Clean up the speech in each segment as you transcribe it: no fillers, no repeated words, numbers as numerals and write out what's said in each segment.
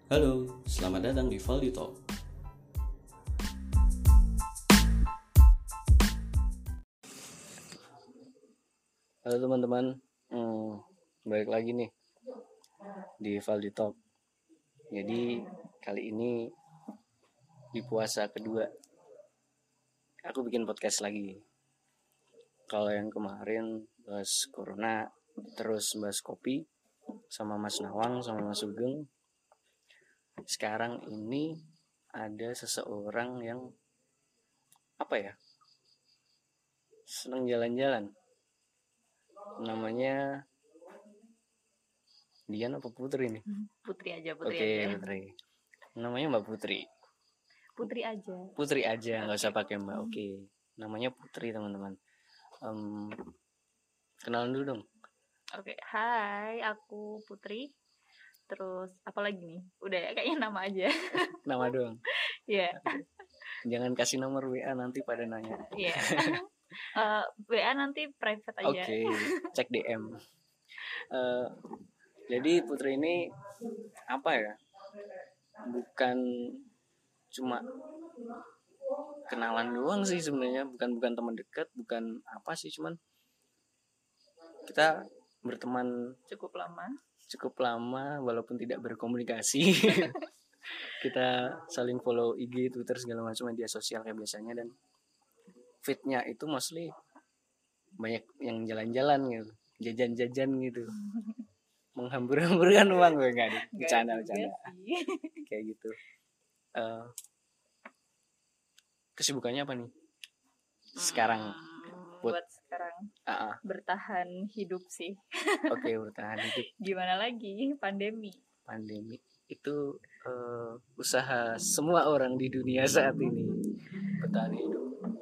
Halo, selamat datang di Valdi Talk. Halo teman-teman, balik lagi nih di Valdi Talk. Jadi kali ini di puasa kedua, aku bikin podcast lagi. Kalau yang kemarin bahas corona, terus bahas kopi sama Mas Nawang sama Mas Sugeng. Sekarang ini ada seseorang yang seneng jalan-jalan. Namanya Dian apa Putri nih? Putri aja. Oke, Putri. Namanya Mbak Putri. Putri aja, nggak usah pakai Mbak. Oke. Namanya Putri, teman-teman. Kenalan dulu dong. Oke, hai, aku Putri. Terus apa lagi nih? Udah ya, kayaknya nama aja. Nama doang. Iya. Jangan kasih nomor WA, nanti pada nanya. Iya. WA nanti private aja. Oke, cek DM. Jadi Putri ini bukan cuma kenalan doang sih sebenarnya, bukan teman dekat, bukan apa sih, cuman kita berteman cukup lama walaupun tidak berkomunikasi. Kita saling follow IG, Twitter, segala macam media sosial kayak biasanya, dan feednya itu mostly banyak yang jalan-jalan gitu, jajan-jajan gitu, menghambur-hamburkan uang. Gue nggak, bercanda kayak gitu. Kesibukannya apa nih sekarang? Buat sekarang bertahan hidup sih. Oke, bertahan hidup. Gimana lagi, pandemi itu usaha semua orang di dunia saat ini, bertahan hidup.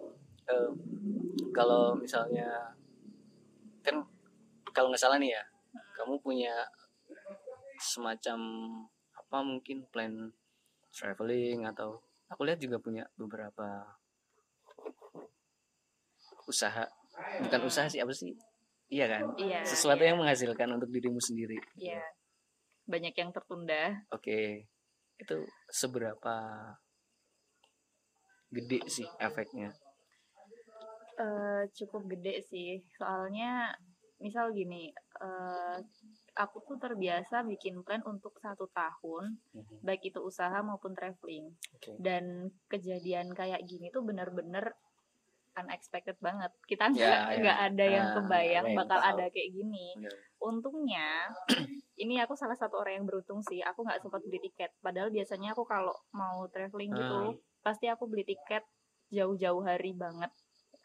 Kalau misalnya, kan kalau nggak salah nih ya, kamu punya semacam mungkin plan traveling, atau aku lihat juga punya beberapa usaha, bukan usaha sih, iya kan? Sesuatu yang menghasilkan untuk dirimu sendiri. Iya. Banyak yang tertunda. Oke. Itu seberapa gede sih efeknya? Cukup gede sih. Soalnya misal gini, aku tuh terbiasa bikin plan untuk 1 tahun, baik itu usaha maupun traveling. Dan kejadian kayak gini tuh bener-bener unexpected banget. Kita nggak ada yang kebayang bakal ada kayak gini. Untungnya ini aku salah satu orang yang beruntung sih. Aku nggak sempat beli tiket. Padahal biasanya aku kalau mau traveling gitu pasti aku beli tiket jauh-jauh hari banget.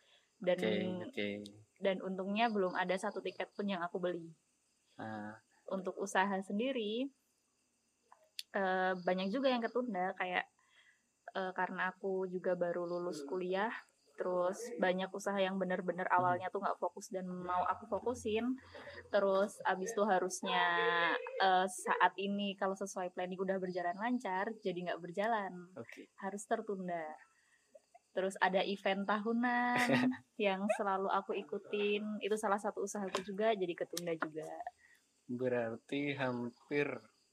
Dan untungnya belum ada 1 tiket pun yang aku beli. Untuk usaha sendiri banyak juga yang ketunda, kayak karena aku juga baru lulus kuliah. Terus banyak usaha yang benar-benar awalnya tuh nggak fokus dan mau aku fokusin. Terus abis itu harusnya saat ini kalau sesuai planning udah berjalan lancar, jadi nggak berjalan. Harus tertunda. Terus ada event tahunan yang selalu aku ikutin, itu salah satu usahaku juga, jadi ketunda juga. Berarti hampir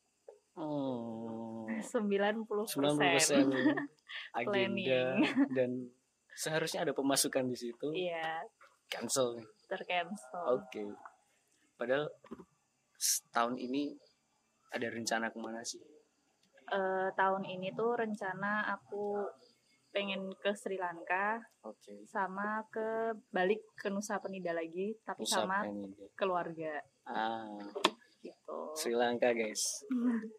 90% agenda dan seharusnya ada pemasukan di situ. Iya. Cancel nih. Tercancel. Oke. Padahal tahun ini ada rencana kemana sih? Tahun ini tuh rencana aku pengen ke Sri Lanka, sama balik ke Nusa Penida lagi, tapi sama keluarga. Gitu. Sri Lanka, guys.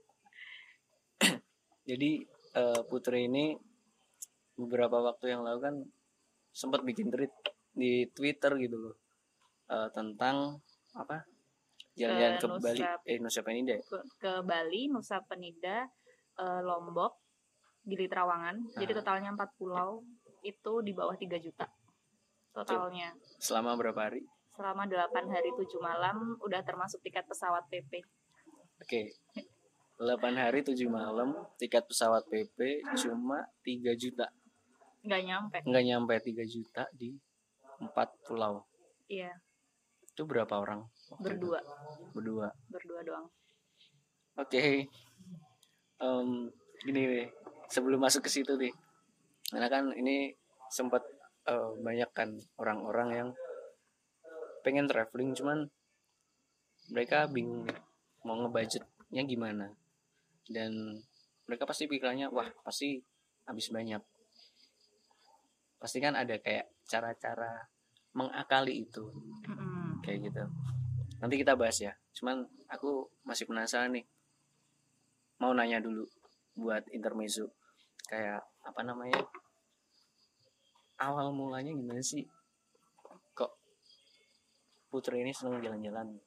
Jadi Putri ini beberapa waktu yang lalu kan sempat bikin tweet di Twitter gitu loh, tentang jalan-jalan ke Bali, Nusa Penida. Ke Bali, Nusa Penida, Lombok, Gili Trawangan. Jadi totalnya 4 pulau, itu di bawah 3 juta totalnya. Selama berapa hari? Selama 8 hari 7 malam, udah termasuk tiket pesawat PP. Oke. 8 hari 7 malam, tiket pesawat PP cuma 3 juta. Nggak nyampe 3 juta di 4 pulau. Iya. Itu berapa orang? Berdua doang. Oke. Gini nih, sebelum masuk ke situ nih, karena kan ini sempat banyak kan orang-orang yang pengen traveling, cuman mereka bingung nih mau ngebudgetnya gimana, dan mereka pasti pikirannya wah pasti habis banyak, pasti kan ada kayak cara-cara mengakali itu kayak gitu. Nanti kita bahas ya, cuman aku masih penasaran nih, mau nanya dulu buat intermezzo, kayak apa namanya, awal mulanya gimana sih kok Putri ini seneng jalan-jalan,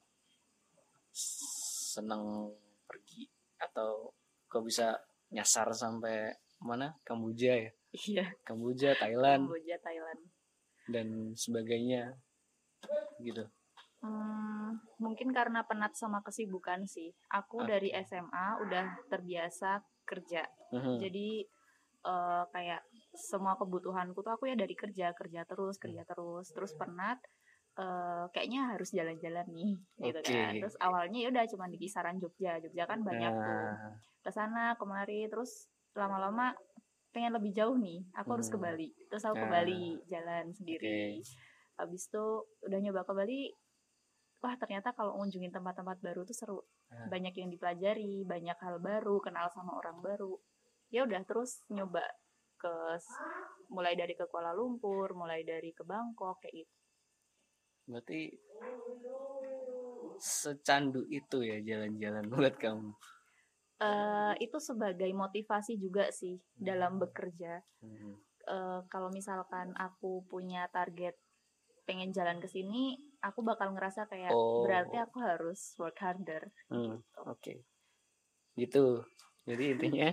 seneng pergi, atau kok bisa nyasar sampai mana, Kamboja ya? Iya. Kamboja, Thailand, dan sebagainya gitu. Mungkin karena penat sama kesibukan sih. Aku dari SMA udah terbiasa kerja. Jadi kayak semua kebutuhanku tuh aku ya dari kerja terus penat. Kayaknya harus jalan-jalan nih gitu kan. Terus awalnya ya udah cuma di kisaran Jogja kan banyak tuh. Kesana kemari, terus lama-lama pengen lebih jauh nih, aku harus ke Bali. Terus aku ke Bali jalan sendiri. Habis itu udah nyoba ke Bali, wah ternyata kalau ngunjungin tempat-tempat baru tuh seru. Banyak yang dipelajari, banyak hal baru, kenal sama orang baru. Ya udah terus nyoba mulai dari ke Kuala Lumpur, mulai dari ke Bangkok kayak gitu. Berarti secandu itu ya jalan-jalan buat kamu? Itu sebagai motivasi juga sih dalam bekerja. Kalau misalkan aku punya target pengen jalan ke sini, aku bakal ngerasa kayak berarti aku harus work harder. Oke. Gitu. Jadi intinya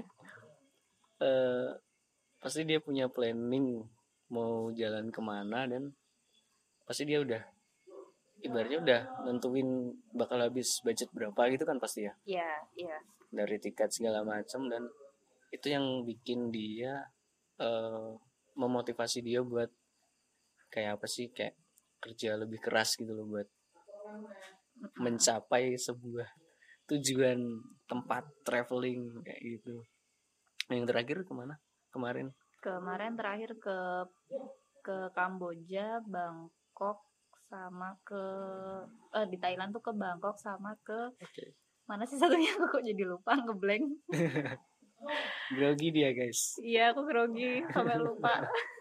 pasti dia punya planning mau jalan kemana, dan pasti dia udah ibaratnya udah nentuin bakal habis budget berapa gitu kan pasti ya. Iya. Dari tiket segala macam, dan itu yang bikin dia memotivasi dia buat kayak apa sih, kayak kerja lebih keras gitu loh buat mencapai sebuah tujuan tempat traveling kayak gitu. Yang terakhir kemana kemarin? Kemarin terakhir ke Kamboja, Bangkok, sama ke di Thailand tuh ke Bangkok sama ke mana sih satunya, aku kok jadi lupa, ngeblank. Grogi dia guys. Iya, aku grogi sampai lupa.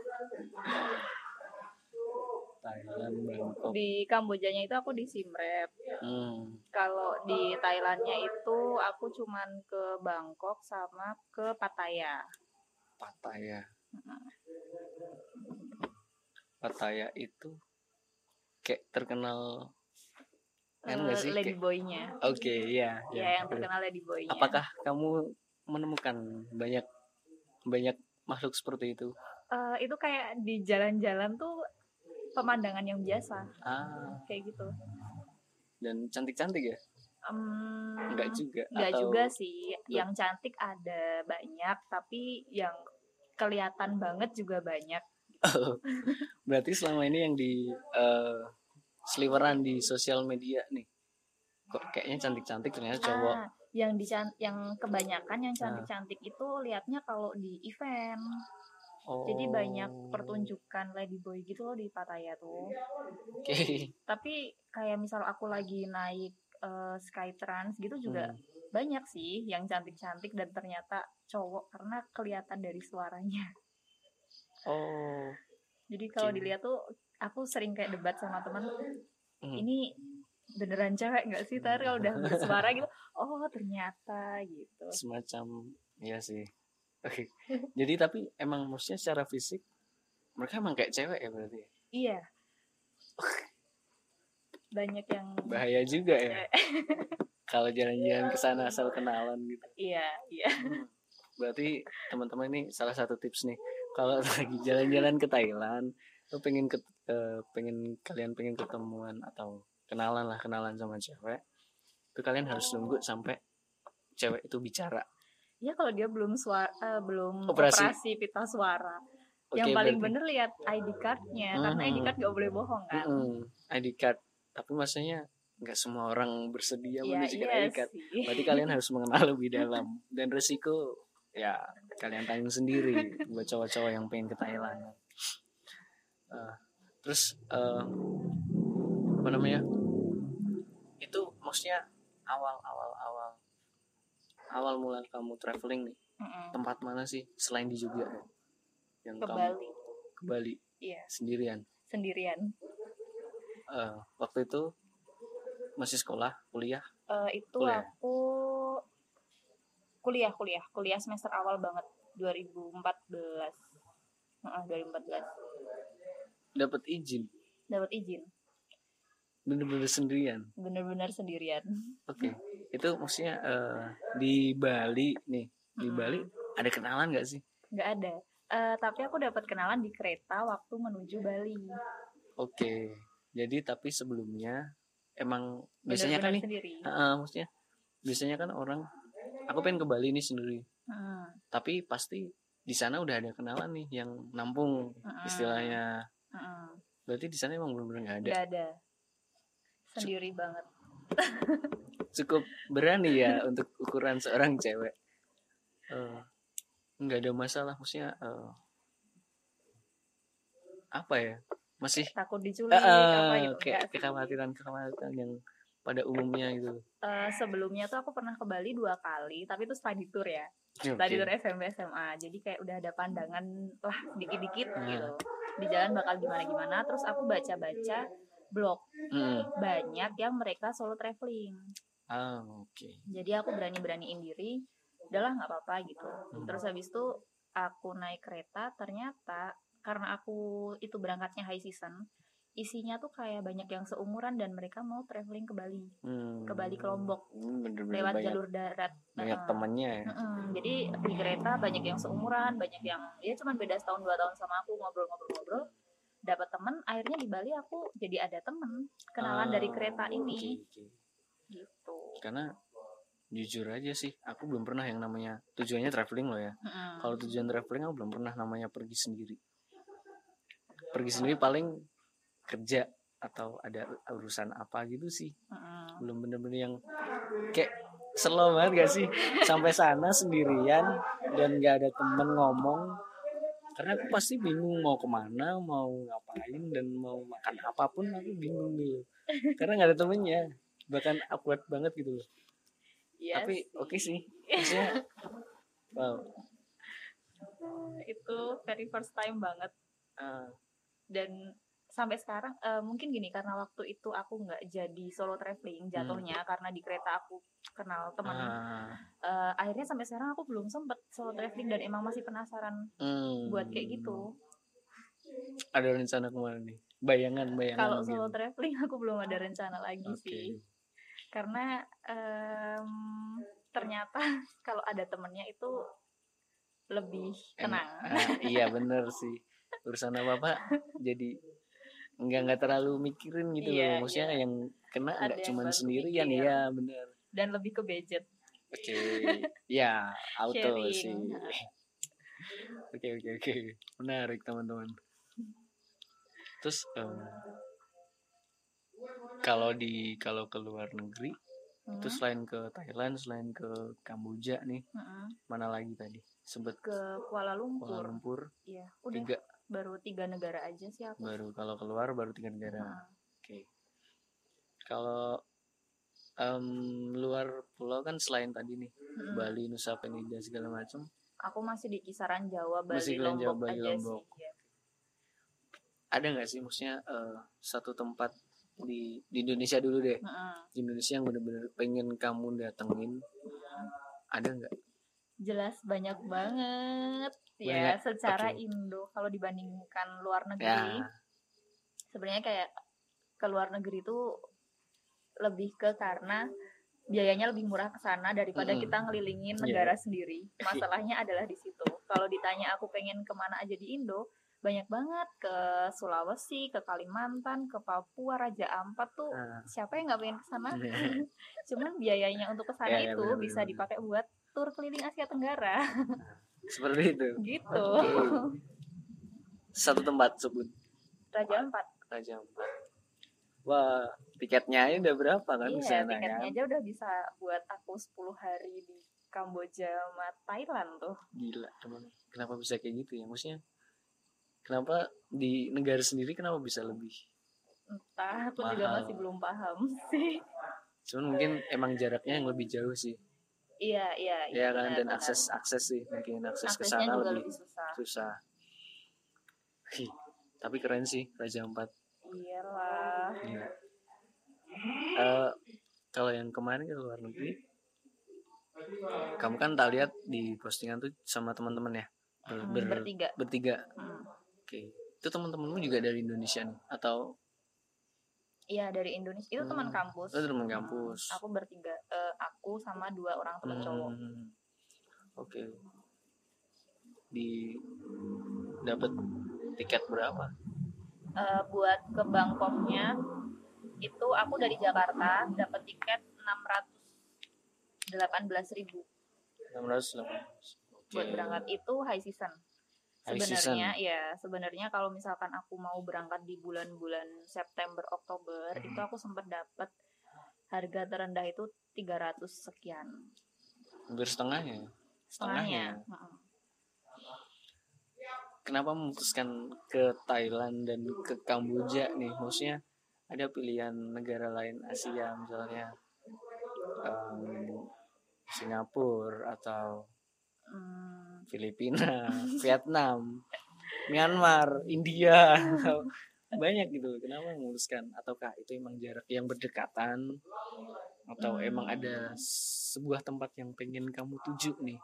Thailand, Bangkok. Di Kambojanya itu aku di Siem Reap. Kalau di Thailandnya itu aku cuman ke Bangkok sama ke Pattaya. Pattaya itu kayak terkenal sih? Ladyboy-nya. Iya. Ya, yang terkenal Ladyboy-nya. Apakah kamu menemukan banyak makhluk seperti itu? Itu kayak di jalan-jalan tuh pemandangan yang biasa. Kayak gitu. Dan cantik-cantik ya? Enggak juga sih. Yang cantik ada banyak, tapi yang kelihatan banget juga banyak. Berarti selama ini yang di seliweran di sosial media nih, kok kayaknya cantik-cantik ternyata cowok. Yang kebanyakan yang cantik-cantik itu liatnya kalau di event. Jadi banyak pertunjukan ladyboy gitu loh di Pattaya tuh. Tapi kayak misal aku lagi naik Skytrans gitu juga banyak sih yang cantik-cantik dan ternyata cowok karena kelihatan dari suaranya. Jadi kalau dilihat tuh aku sering kayak debat sama teman, ini beneran cewek nggak sih? Tapi kalau udah bersuara gitu, ternyata gitu. Semacam, iya sih. Oke. Jadi tapi emang maksudnya secara fisik mereka emang kayak cewek ya berarti? Iya. Banyak yang bahaya juga ya. Kalau jalan-jalan ke sana asal kenalan gitu. Iya. Berarti teman-teman ini salah satu tips nih. Kalau lagi jalan-jalan ke Thailand, tuh pengen ketemuan atau kenalan sama cewek, itu kalian harus nunggu sampai cewek itu bicara. Ya kalau dia belum operasi pita suara. Yang paling bener lihat ID card-nya, karena ID card gak boleh bohong kan. ID card, tapi maksudnya nggak semua orang bersedia ya, menunjukkan iya ikat. sih. Berarti kalian harus mengenal lebih dalam, dan resiko ya kalian tanggung sendiri buat cowok-cowok yang pengen ke Thailand. Terus apa namanya, itu maksudnya awal mula kamu traveling nih, tempat mana sih selain di Jogja ya, yang Ke kamu Bali. Ke Bali? Iya. Sendirian. Waktu itu masih sekolah, kuliah? Itu kuliah. Aku kuliah semester awal banget, 2014. 2014. Dapat izin. Bener-bener sendirian. Oke. Itu maksudnya di Bali nih. Di Bali ada kenalan nggak sih? Nggak ada. Tapi aku dapat kenalan di kereta waktu menuju Bali. Oke. Jadi tapi sebelumnya emang biasanya kan nih, maksudnya biasanya kan orang, aku pengen ke Bali nih sendiri. Tapi pasti di sana udah ada kenalan nih yang nampung istilahnya. Berarti di sana emang benar-benar nggak ada. Nggak ada. Sendiri banget. Cukup berani ya untuk ukuran seorang cewek. Nggak ada masalah, maksudnya apa ya, masih takut diculik apa gitu. Kayak kekhawatiran yang pada umumnya gitu. Sebelumnya tuh aku pernah ke Bali 2 kali, tapi itu study tour ya. Study tour SMP SMA. Jadi kayak udah ada pandangan lah dikit-dikit gitu. Di jalan bakal gimana-gimana. Terus aku baca-baca blog. Banyak yang mereka solo traveling. Jadi aku berani-beraniin diri, udahlah nggak apa-apa gitu. Terus habis itu aku naik kereta, ternyata karena aku itu berangkatnya high season, isinya tuh kayak banyak yang seumuran dan mereka mau traveling ke Bali, ke Bali ke Lombok, lewat jalur darat. Banyak temennya ya. Jadi di kereta banyak yang seumuran, banyak yang ya cuma beda setahun 2 tahun sama aku, ngobrol-ngobrol. Dapat temen, akhirnya di Bali aku jadi ada temen kenalan dari kereta ini. Gitu. Karena jujur aja sih, aku belum pernah yang namanya tujuannya traveling loh ya. Kalau tujuan traveling aku belum pernah namanya pergi sendiri paling kerja atau ada urusan apa gitu sih. Belum bener-bener yang kayak slow banget gak sih sampai sana sendirian dan gak ada temen ngomong, karena aku pasti bingung mau kemana, mau ngapain, dan mau makan apapun aku bingung gitu karena gak ada temennya, bahkan awkward banget gitu loh. Yes. Tapi oke sih, maksudnya wow, itu very first time banget. Dan sampai sekarang mungkin gini, karena waktu itu aku nggak jadi solo traveling jatuhnya, karena di kereta aku kenal teman. Akhirnya sampai sekarang aku belum sempet solo traveling dan emang masih penasaran buat kayak gitu. Ada rencana kemana nih? Bayangan kalau solo traveling aku belum ada rencana lagi sih, karena ternyata kalau ada temennya itu lebih tenang. Iya bener sih, urusan apa jadi nggak terlalu mikirin gitu loh, maksudnya yang kena nggak cuma sendirian. Iya bener, dan lebih ke budget. Ya auto sih. Oke menarik teman-teman. Terus kalau ke luar negeri, terus selain ke Thailand, selain ke Kamboja nih, mana lagi tadi? Sebut ke Kuala Lumpur. Iya, udah. Baru 3 negara aja sih aku. Kalau keluar baru 3 negara. Oke. Kalau luar pulau kan selain tadi nih, Bali, Nusa Penida segala macam. Aku masih di kisaran Jawa, Bali, Lombok aja sih. Ya. Ada nggak sih maksudnya satu tempat di Indonesia dulu deh, di Indonesia yang benar-benar pengen kamu datengin? Ada nggak? Jelas banyak banget ya, secara Indo. Kalau dibandingkan luar negeri, sebenarnya kayak ke luar negeri itu lebih ke karena biayanya lebih murah ke sana daripada kita ngelilingin negara sendiri. Masalahnya adalah di situ. Kalau ditanya aku pengen kemana aja di Indo, banyak banget, ke Sulawesi, ke Kalimantan, ke Papua, Raja Ampat tuh. Siapa yang nggak pengen ke sana? Cuman biayanya untuk ke sana itu bisa dipakai buat tur keliling Asia Tenggara. Seperti itu. Gitu. Satu tempat sebut. Raja Ampat. Wah, Tiketnya aja udah berapa kan di Iya, sana tiketnya kan? aja udah bisa buat aku 10 hari di Kamboja sama Thailand tuh. Gila, teman. Kenapa bisa kayak gitu ya? Maksudnya kenapa di negara sendiri kenapa bisa lebih Entah, aku juga mahal? masih belum paham sih. Cuman mungkin emang jaraknya yang lebih jauh sih. Iya, iya, iya, Ya kan, benar, dan benar. akses sih, mungkin akses ke Aksesnya sana juga lebih lebih susah. susah. Tapi keren sih Raja Ampat. Iyalah. Gila. Kalau yang kemarin ke luar negeri, kamu kan tak lihat di postingan tuh sama teman-teman ya, Bertiga. bertiga. Oke. Itu teman-temanmu juga dari Indonesia nih atau? Iya, dari Indonesia. Itu teman kampus. Oh, teman kampus. Aku bertiga. Aku sama 2 orang teman cowok. Oke. Di dapat tiket berapa? Buat ke Bangkoknya itu aku dari Jakarta dapat tiket 618.000. 618. Buat berangkat itu high season. Sebenarnya kalau misalkan aku mau berangkat di bulan-bulan September Oktober itu aku sempat dapat harga terendah itu 300 sekian. Hampir setengahnya. Kenapa memutuskan ke Thailand dan ke Kamboja nih? Maksudnya ada pilihan negara lain Asia misalnya Singapura atau Filipina, Vietnam, Myanmar, India, banyak gitu. Kenapa memutuskan? Ataukah itu emang jarak yang berdekatan atau emang ada sebuah tempat yang pengen kamu tuju nih?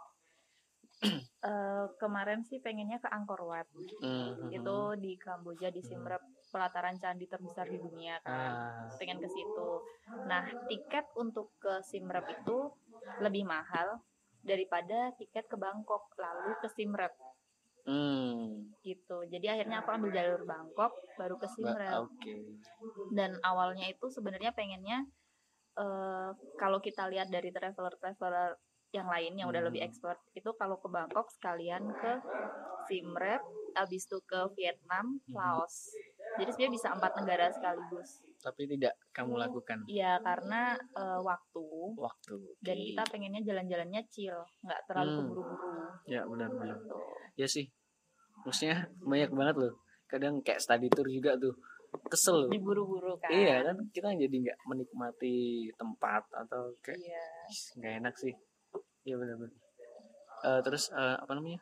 Kemarin sih pengennya ke Angkor Wat. Itu di Kamboja, di Siem Reap, pelataran candi terbesar di dunia kan. Pengen ke situ. Nah, tiket untuk ke Siem Reap itu lebih mahal daripada tiket ke Bangkok lalu ke Siem Reap. Gitu. Jadi akhirnya aku ambil jalur Bangkok baru ke Siem Reap. Dan awalnya itu sebenarnya pengennya kalau kita lihat dari traveler yang lain yang udah lebih expert itu kalau ke Bangkok sekalian ke Siem Reap, abis itu ke Vietnam, Laos. Jadi sebenarnya bisa 4 negara sekaligus. Tapi tidak kamu lakukan? Iya, karena waktu. Dan kita pengennya jalan-jalannya chill, nggak terlalu keburu-buru. Ya benar-benar. Ya sih, maksudnya banyak banget loh. Kadang kayak study tour juga tuh kesel loh. Diburu-buru kan. Iya kan, kita jadi nggak menikmati tempat atau kayak nggak enak sih. Iya benar-benar. Terus apa namanya?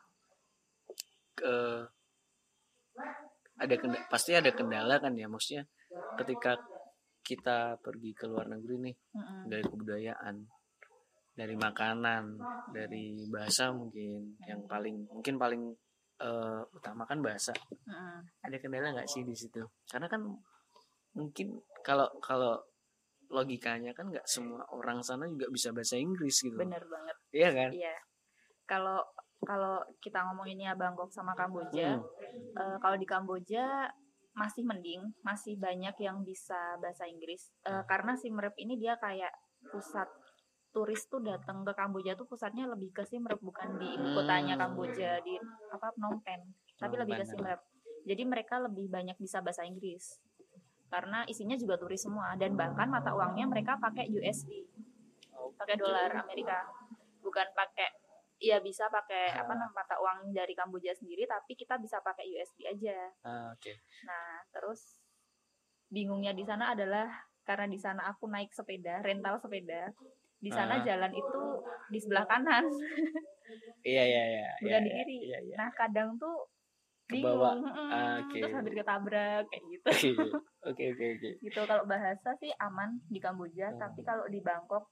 Pasti ada kendala kan ya, maksudnya ketika kita pergi ke luar negeri nih, dari kebudayaan, dari makanan, dari bahasa mungkin yang paling utama kan bahasa. Ada kendala nggak sih di situ? Karena kan mungkin kalau logikanya kan nggak semua orang sana juga bisa bahasa Inggris gitu. Bener banget. Iya kan? Iya. Kalau kita ngomonginnya Bangkok sama Kamboja, kalau di Kamboja masih mending, masih banyak yang bisa bahasa Inggris. Karena Siem Reap ini dia kayak pusat turis tuh datang ke Kamboja tuh pusatnya lebih ke Siem Reap, bukan di ibu kotanya Kamboja di Phnom Penh, tapi lebih ke Siem Reap. Jadi mereka lebih banyak bisa bahasa Inggris. Karena isinya juga turis semua dan bahkan mata uangnya mereka pakai USD. Pakai dolar Amerika. Bukan pakai bisa pakai mata uang dari Kamboja sendiri, tapi kita bisa pakai USD aja. Nah, terus bingungnya di sana adalah karena di sana aku naik sepeda, rental sepeda. Di sana jalan itu di sebelah kanan. Iya. Bukan di kiri. Nah, kadang tuh bingung. Terus hampir ketabrak kayak gitu. Oke. Gitu. Kalau bahasa sih aman di Kamboja, tapi kalau di Bangkok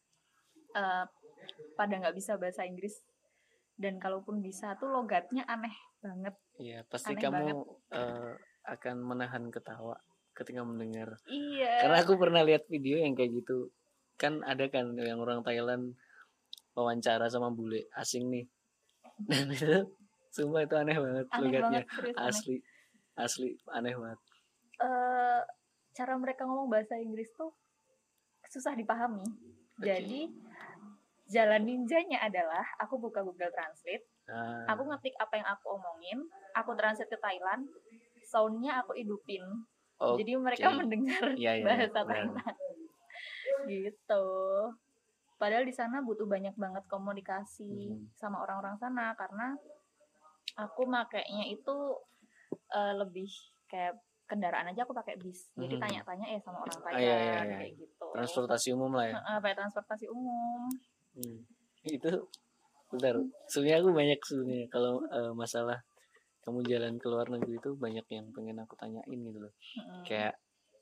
pada nggak bisa bahasa Inggris, dan kalaupun bisa tuh logatnya aneh banget. Iya, pasti aneh kamu akan menahan ketawa ketika mendengar. Iya. Karena aku pernah lihat video yang kayak gitu. Kan ada kan yang orang Thailand wawancara sama bule asing nih. Dan itu sumpah itu aneh banget logatnya. Asli aneh banget. Cara mereka ngomong bahasa Inggris tuh susah dipahami. Jadi jalan ninjanya adalah aku buka Google Translate, aku ngetik apa yang aku omongin, aku translate ke Thailand, soundnya aku hidupin. Jadi mereka mendengar bahasa Thailand. Gitu. Padahal di sana butuh banyak banget komunikasi sama orang-orang sana, karena aku makainya itu lebih kayak kendaraan aja aku pakai bis. Jadi tanya-tanya sama orang Thailand kayak gitu. Transportasi umum lah ya. Pakai transportasi umum. Itu bentar. Sebenarnya aku banyak sebenarnya kalau masalah kamu jalan ke luar negeri itu banyak yang pengen aku tanyain gitu loh. Kayak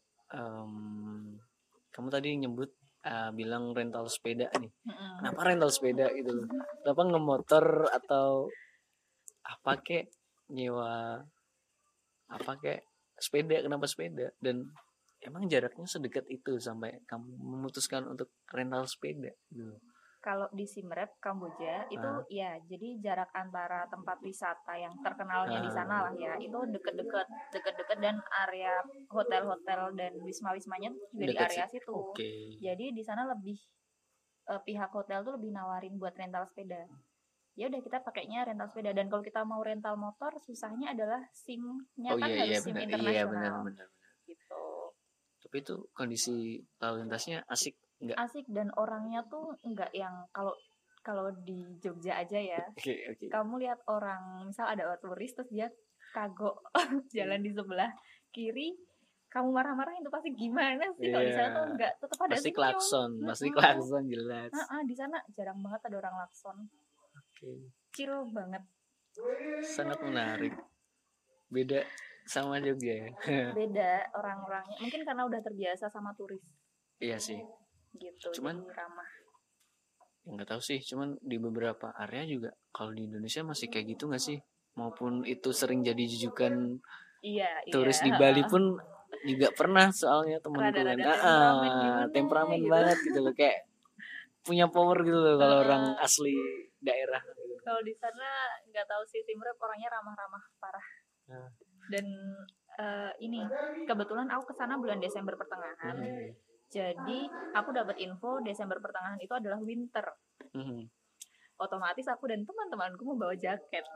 kamu tadi nyebut bilang rental sepeda nih. Kenapa rental sepeda gitu loh? Kenapa ngemotor atau apa kek nyewa apa kek sepeda? Kenapa sepeda? Dan emang jaraknya sedekat itu sampai kamu memutuskan untuk rental sepeda gitu. Kalau di Siem Reap, Kamboja itu ya, jadi jarak antara tempat wisata yang terkenalnya di sana lah ya, itu deket-deket dan area hotel-hotel dan wisma-wismanya juga deket di area situ. Jadi di sana lebih pihak hotel tuh lebih nawarin buat rental sepeda. Ya udah kita pakainya rental sepeda, dan kalau kita mau rental motor susahnya adalah SIM-nya harus SIM internasional. Iya benar. Gitu. Tapi itu kondisi lalu lintasnya asik nggak? Asik, dan orangnya tuh nggak yang kalau di Jogja aja ya. Okay. Kamu lihat orang, misal ada orang turis terus dia kagok jalan di sebelah kiri, kamu marah-marah itu pasti gimana sih? Kalau di sana tuh nggak, tetap ada pasti klakson, pasti klakson jelas. Di sana jarang banget ada orang klakson. Chill banget. Sangat menarik. Beda sama Jogja ya. Beda orang-orangnya, mungkin karena udah terbiasa sama turis. Iya sih. Gitu, cuman jadi ramah. Nggak tahu sih, cuman di beberapa area juga kalau di Indonesia masih kayak gitu nggak sih? Maupun itu sering jadi jujukan turis di Bali pun juga pernah, soalnya temanku kan temperamen gitu. Banget gitu loh, kayak punya power gitu loh kalau orang asli daerah. Kalau di sana nggak tahu sih, Siem Reap orangnya ramah-ramah parah. Dan ini kebetulan aku kesana bulan Desember pertengahan. Jadi aku dapat info Desember pertengahan itu adalah winter. Otomatis aku dan teman-temanku membawa jaket.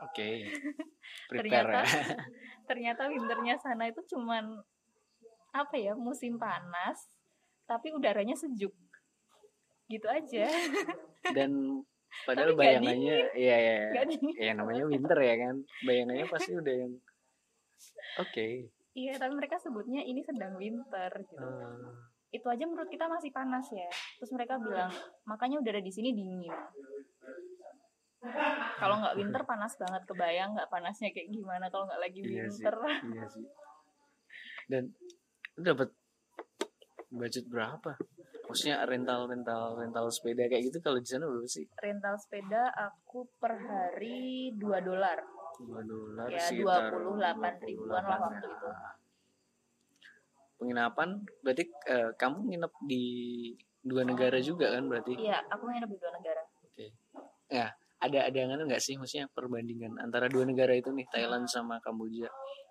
ternyata winternya sana itu cuman apa ya, musim panas tapi udaranya sejuk. Gitu aja. Dan padahal bayangannya ya namanya winter ya kan. Bayangannya pasti udah yang Iya, tapi mereka sebutnya ini sedang winter gitu. Itu aja menurut kita masih panas ya. Terus mereka bilang, makanya udara di sini dingin. Kalau nggak winter panas banget, kebayang nggak panasnya kayak gimana kalau nggak lagi winter. Iya sih. Dan dapat budget berapa? Maksudnya rental sepeda kayak gitu kalau di sana berapa sih? Rental sepeda aku per hari $2. $2 ya 28 ribuan lah waktu itu. Penginapan berarti kamu nginep di 2 negara juga kan berarti? Iya, aku nginep di 2 negara. Ya, ada yang nggak sih, maksudnya perbandingan antara 2 negara itu nih, Thailand sama Kamboja?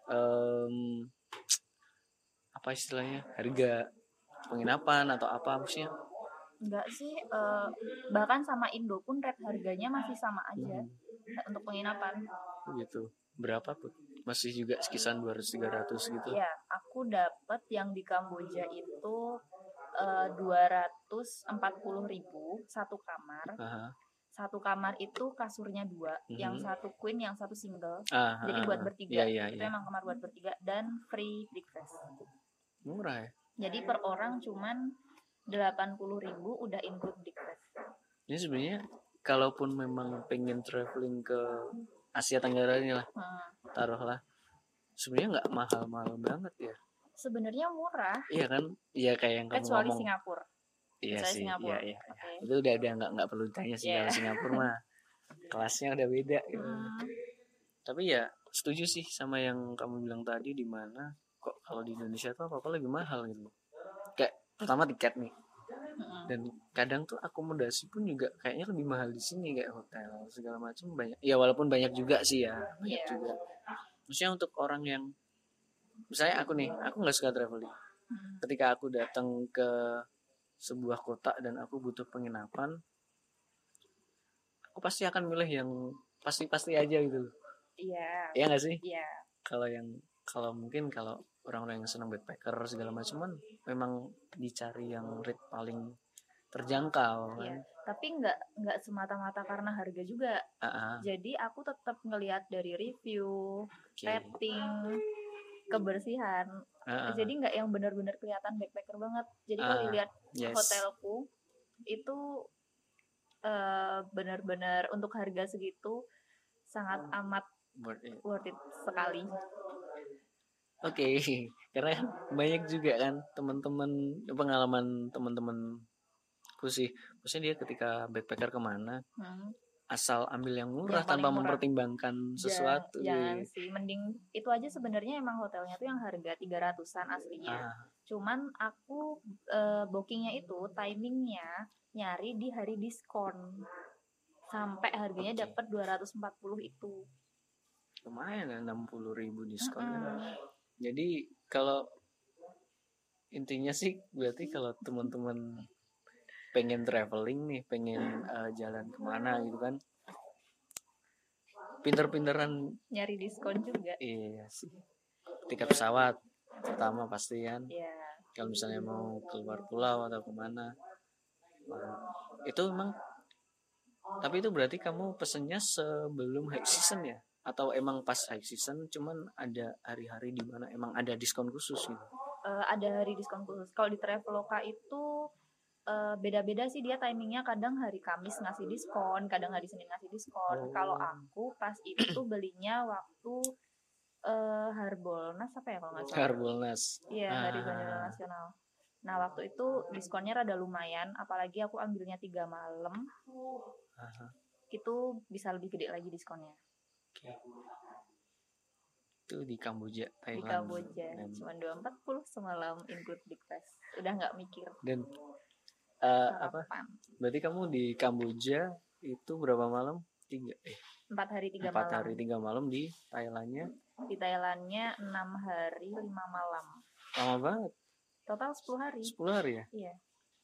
Apa istilahnya, harga penginapan atau apa maksudnya? Enggak sih, bahkan sama Indo pun rate harganya masih sama aja untuk penginapan. Gitu. Berapa pun? Masih juga sekitar 200-300 gitu? Iya, aku dapat yang di Kamboja itu 240.000 satu kamar. Satu kamar itu kasurnya 2, yang satu queen, yang satu single. Jadi buat bertiga. Itu emang kamar buat bertiga dan free breakfast. Murah ya? Jadi per orang cuman 80.000 udah include breakfast. Ini sebenarnya kalaupun memang pengen traveling ke Asia Tenggara ini lah, taruhlah, sebenarnya nggak mahal-mahal banget ya. Sebenarnya murah. Iya kan? Iya kayak yang kamu kecuali ngomong. Singapura. Iya sih. Iya. Itu udah nggak perlu ditanya sih. Kalau Singapura mah kelasnya udah beda. Gitu. Tapi ya setuju sih sama yang kamu bilang tadi, di mana kok kalau di Indonesia tuh apa lebih mahal gitu. Kayak pertama tiket nih. Dan kadang tuh akomodasi pun juga kayaknya lebih mahal di sini, kayak hotel segala macam banyak. Ya walaupun banyak juga sih ya, banyak juga. Maksudnya untuk orang yang, misalnya aku nggak suka traveling. Ketika aku datang ke sebuah kota dan aku butuh penginapan, aku pasti akan milih yang pasti aja gitu. Iya. Iya nggak sih? Iya. Kalau mungkin kalau orang-orang yang senang backpacker segala macam kan memang dicari yang rate paling terjangkau kan. Tapi nggak semata-mata karena harga juga. Jadi aku tetap ngelihat dari review, rating, kebersihan. Jadi nggak yang benar-benar kelihatan backpacker banget. Jadi kalau dilihat hotelku itu benar-benar untuk harga segitu sangat amat worth it sekali. Oke, karena banyak juga kan teman-teman, pengalaman teman-temanku sih, maksudnya dia ketika backpacker kemana asal ambil yang murah tanpa mempertimbangkan sesuatu. Jangan sih, mending itu aja sebenarnya emang hotelnya tuh yang harga 300-an aslinya. Cuman aku bookingnya itu timingnya nyari di hari diskon sampai harganya dapat 240 itu. Lumayan ya, 60.000 diskon kan. Jadi kalau intinya sih berarti kalau teman-teman pengen traveling nih, pengen jalan kemana gitu kan, pinter-pinteran nyari diskon juga. Iya sih, tiket pesawat pertama pasti kan. Kalau misalnya mau keluar pulau atau kemana, itu memang. Tapi itu berarti kamu pesennya sebelum high season ya? Atau emang pas high season cuman ada hari-hari di mana emang ada diskon khusus gitu? Ada hari diskon khusus. Kalau di Traveloka itu beda-beda sih dia timingnya, kadang hari Kamis ngasih diskon, kadang hari Senin ngasih diskon. Kalau aku pas itu belinya waktu Harbolnas apa ya kalau nggak salah? Harbolnas. Iya, Hari Bandara Nasional. Nah waktu itu diskonnya rada lumayan, apalagi aku ambilnya 3 malam. Itu bisa lebih gede lagi diskonnya. Itu di Kamboja, Thailand. Di Kamboja, cuma 240 semalam include breakfast. Udah nggak mikir. Dan apa? Berarti kamu di Kamboja itu berapa malam? 4 hari 3 malam. 4 hari 3 malam di Thailandnya? Di Thailandnya 6 hari 5 malam. Lama banget. Total 10 hari. 10 hari ya? Iya.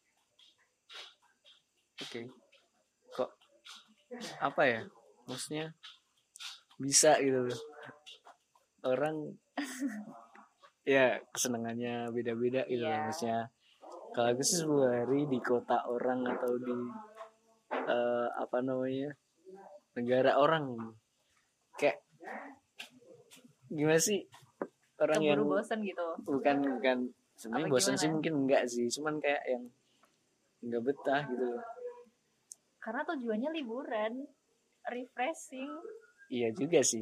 Oke. Kok apa ya? Maksudnya bisa gitu loh. Orang ya kesenangannya beda-beda gitu loh. Maksudnya kalau aku sih 10 hari di kota orang atau di negara orang, kayak gimana sih orang keburu yang bosan gitu? Bukan sebenarnya bosan sih mungkin enggak sih, cuman kayak yang enggak betah gitu loh. Karena tujuannya liburan, refreshing. Iya juga sih.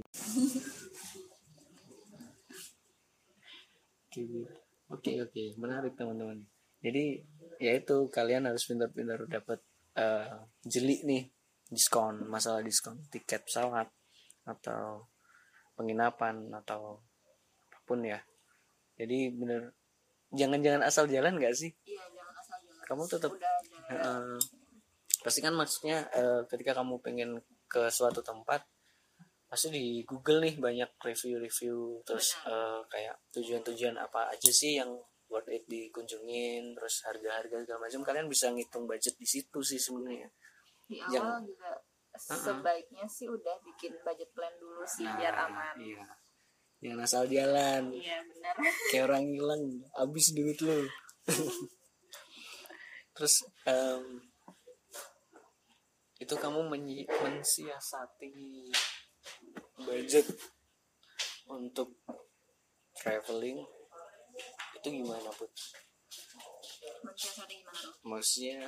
Oke, menarik teman-teman. Jadi ya itu, kalian harus pintar-pintar dapat jeli nih diskon, masalah diskon tiket pesawat atau penginapan atau apapun ya. Jadi bener, jangan asal jalan nggak sih? Iya, jangan asal jalan. Kamu tetap pasti kan maksudnya ketika kamu pengen ke suatu tempat pasti di Google nih banyak review terus kayak tujuan apa aja sih yang worth it dikunjungin, terus harga-harga segala macam. Kalian bisa ngitung budget di situ sih sebenarnya. Di awal juga sebaiknya sih udah bikin budget plan dulu sih biar aman. Iya. Jangan asal jalan. Iya benar. Kayak orang hilang, habis duit lu. Terus itu kamu mensiasati budget untuk traveling itu gimana Put? Mensiasati gimana? Maksudnya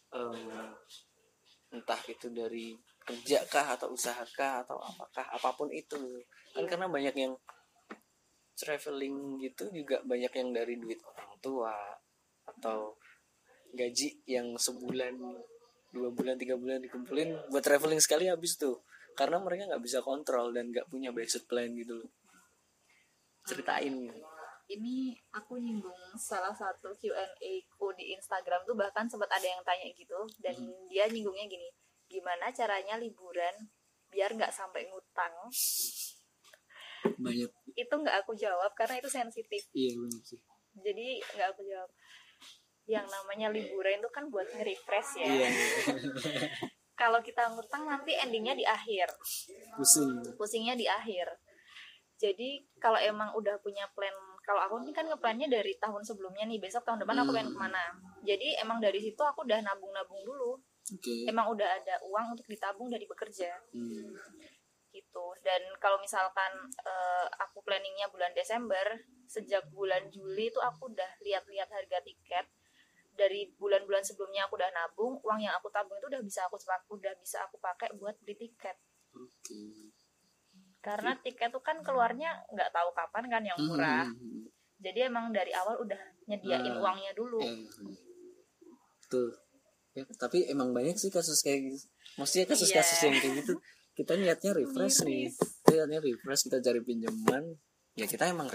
entah itu dari kerja kah atau usaha kah atau apakah, apapun itu kan, karena banyak yang traveling gitu juga banyak yang dari duit orang tua atau gaji yang sebulan 2 bulan 3 bulan dikumpulin buat traveling sekali habis tuh, karena mereka nggak bisa kontrol dan nggak punya budget plan gitu loh. Ceritain. Ini aku nyinggung salah satu Q&A ku di Instagram tuh, bahkan sempat ada yang tanya gitu, dan dia nyinggungnya gini, gimana caranya liburan biar nggak sampai ngutang? Banyak. Itu nggak aku jawab karena itu sensitif. Iya benar sih. Jadi nggak aku jawab. Yang namanya liburan itu kan buat nge-refresh ya. Iya. Kalau kita ngutang nanti endingnya di akhir. Pusingnya di akhir. Jadi kalau emang udah punya plan kalau aku ini kan ngeplannya dari tahun sebelumnya nih, besok tahun depan aku pengen kemana. Jadi emang dari situ aku udah nabung dulu. Emang udah ada uang untuk ditabung dari bekerja. Gitu. Dan kalau misalkan aku planningnya bulan Desember, sejak bulan Juli itu aku udah lihat-lihat harga tiket. Dari bulan-bulan sebelumnya aku udah nabung, uang yang aku tabung itu udah bisa aku pakai buat beli tiket. Karena tiket tuh kan keluarnya nggak tahu kapan kan, yang murah. Jadi emang dari awal udah nyediain uangnya dulu. Tuh. Ya, tapi emang banyak sih kasus kayak gitu. Maksudnya kasus-kasus yang kayak gitu. Kita niatnya refresh nih. Kita cari pinjaman. Ya kita emang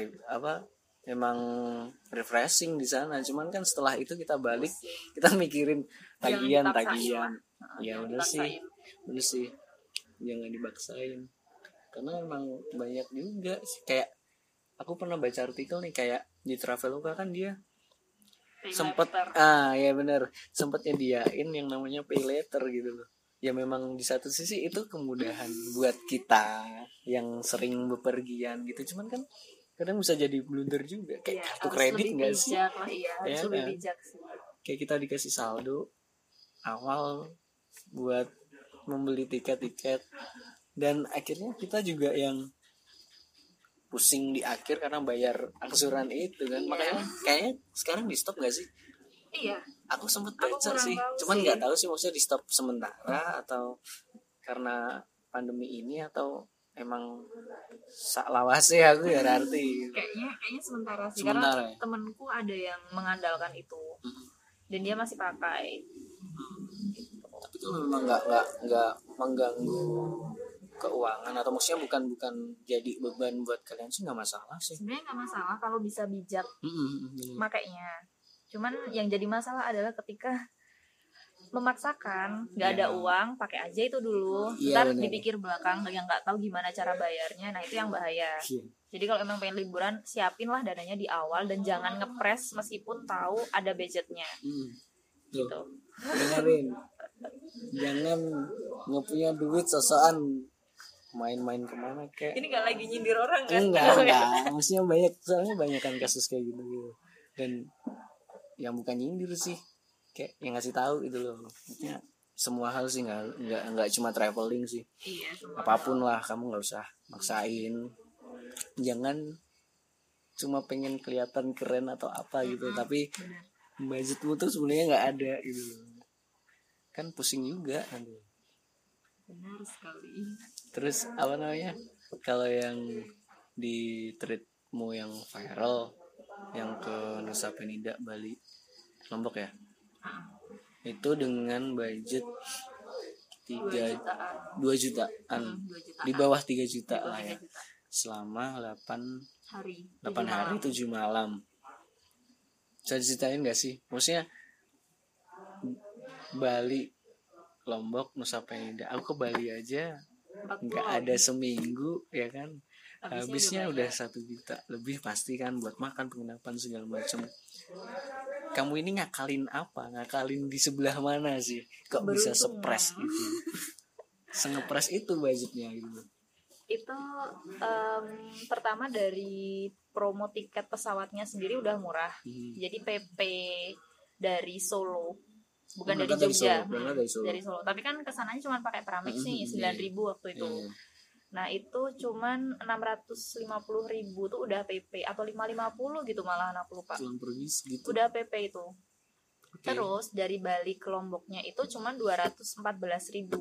refreshing di sana. Cuman kan setelah itu kita balik, kita mikirin tagihan. Ya udah sih. Jangan dibaksain. Karena emang banyak juga sih. Kayak aku pernah baca artikel nih, kayak di Traveloka kan dia sempat ya benar, sempat nyediain yang namanya pay later gitu loh. Ya memang di satu sisi itu kemudahan buat kita yang sering bepergian gitu, cuman kan kadang bisa jadi blunder juga, kayak kartu kredit nggak sih? Harus lebih bijak sih. Kayak kita dikasih saldo awal buat membeli tiket dan akhirnya kita juga yang pusing di akhir karena bayar angsuran itu kan. Makanya kayaknya sekarang di stop nggak sih? Iya, aku sempat baca sih, cuman nggak tahu sih maksudnya di stop sementara atau karena pandemi ini atau emang lawas ya, aku ya arti. Kayaknya sementara sih, karena temenku ada yang mengandalkan itu dan dia masih pakai. Tapi itu memang nggak mengganggu keuangan atau maksudnya bukan jadi beban buat kalian sih? Nggak masalah sih sebenarnya, nggak masalah kalau bisa bijak makanya. Cuman yang jadi masalah adalah ketika memaksakan, nggak ada uang, pakai aja itu dulu, ntar dipikir belakang yang nggak tahu gimana cara bayarnya. Nah itu yang bahaya. Jadi kalau emang pengen liburan, siapinlah dananya di awal dan jangan ngepres meskipun tahu ada budgetnya. Gitu. Dengerin, jangan nggak punya duit sosokan main-main kemana kayak. Ini nggak lagi nyindir orang kan? Enggak. Maksudnya soalnya banyak kan kasus kayak gitu. Dan yang bukan nyindir sih, kayak yang ngasih tahu gitu loh. Maksudnya semua hal sih nggak cuma traveling sih. Iya, apapun lah, kamu nggak usah maksain. Jangan cuma pengen kelihatan keren atau apa gitu, tapi budgetmu tuh sebenarnya nggak ada gitu. Kan pusing juga nanti. Benar sekali. Terus apa namanya, kalau yang di tweetmu yang viral yang ke Nusa Penida, Bali, Lombok ya, itu dengan budget 2 jutaan, di bawah 3 juta lah ya, selama 8 hari 7 malam. Bisa diceritain gak sih, maksudnya Bali, Lombok, Nusa Penida, aku ke Bali aja nggak ada seminggu ya kan, habisnya udah 1 juta lebih pasti kan, buat makan, penginapan segala macam. Kamu ini ngakalin apa? Ngakalin di sebelah mana sih? Kok bisa sepres itu? Sengepres itu budgetnya gitu. Itu pertama dari promo tiket pesawatnya sendiri udah murah. Jadi PP dari Solo, bukan dari Jogja, dari Solo. Tapi kan kesananya cuma pakai Pramex nih, 9.000 waktu itu. Nah itu cuman 650.000 tuh udah PP, atau 550 gitu malahan, aku lupa. Gitu. Udah PP itu. Terus dari Bali ke Lomboknya itu cuman 214.000.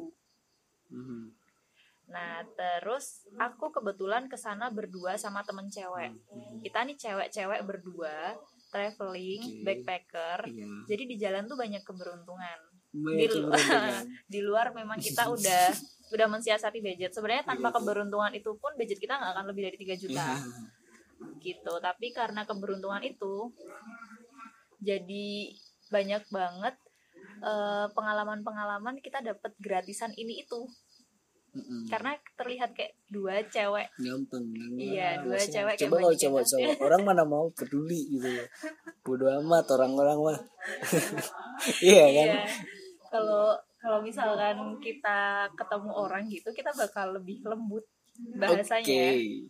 Nah terus aku kebetulan kesana berdua sama temen cewek. Kita nih cewek-cewek berdua traveling, backpacker. Jadi di jalan tuh banyak keberuntungan. Di luar memang kita udah mensiasati budget. Sebenarnya tanpa keberuntungan itu pun budget kita nggak akan lebih dari 3 juta gitu. Tapi karena keberuntungan itu, jadi banyak banget pengalaman-pengalaman kita dapat gratisan ini itu. Karena terlihat kayak 2 cewek gampang. Iya, 2 cewek. Coba kalau cowok-cowok orang mana mau peduli gitu ya. Bodo amat orang-orang mah. Iya kan. Kalau misalkan kita ketemu orang gitu, kita bakal lebih lembut bahasanya.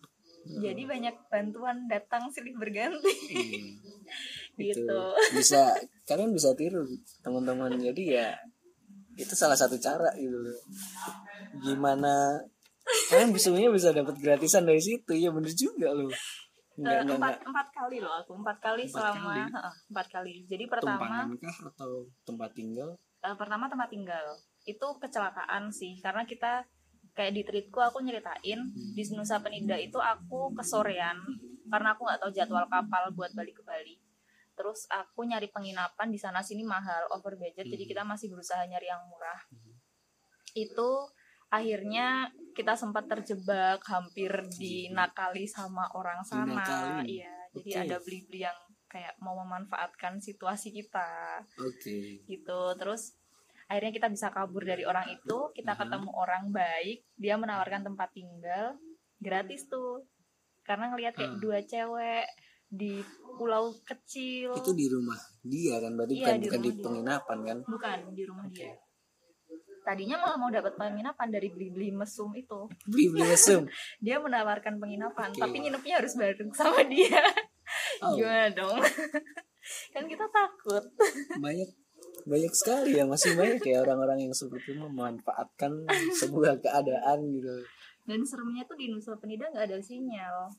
Jadi banyak bantuan datang silih berganti. Gitu. Kalian bisa tiru teman-teman. Jadi ya itu salah satu cara gitu loh. Gimana kalian bisa dapat gratisan dari situ? Ya bener juga loh. Empat kali loh aku 4 kali selama 4 kali. Jadi pertama tumpangankah atau tempat tinggal? Pertama tempat tinggal itu kecelakaan sih, karena kita kayak di tweetku aku nyeritain di Nusa Penida itu aku kesorean karena aku nggak tahu jadwal kapal buat balik ke Bali. Terus aku nyari penginapan di sana sini mahal, over budget, jadi kita masih berusaha nyari yang murah. Itu akhirnya kita sempat terjebak, hampir dinakali sama orang sana. Iya, jadi ada beli-beli yang kayak mau memanfaatkan situasi kita. Gitu. Terus akhirnya kita bisa kabur dari orang itu, kita ketemu orang baik, dia menawarkan tempat tinggal gratis tuh. Karena ngelihat kayak 2 cewek di pulau kecil. Itu di rumah dia kan, berarti bukan di penginapan kan? Bukan, di rumah dia. Tadinya malah mau dapat penginapan dari beli-beli mesum itu. Beli-beli mesum. Dia menawarkan penginapan, tapi nginepnya harus bareng sama dia. Gimana dong? Kan kita takut. Banyak sekali ya, masih banyak ya orang-orang yang seperti itu memanfaatkan sebuah keadaan gitu. Dan seremnya tuh di Nusa Penida nggak ada sinyal.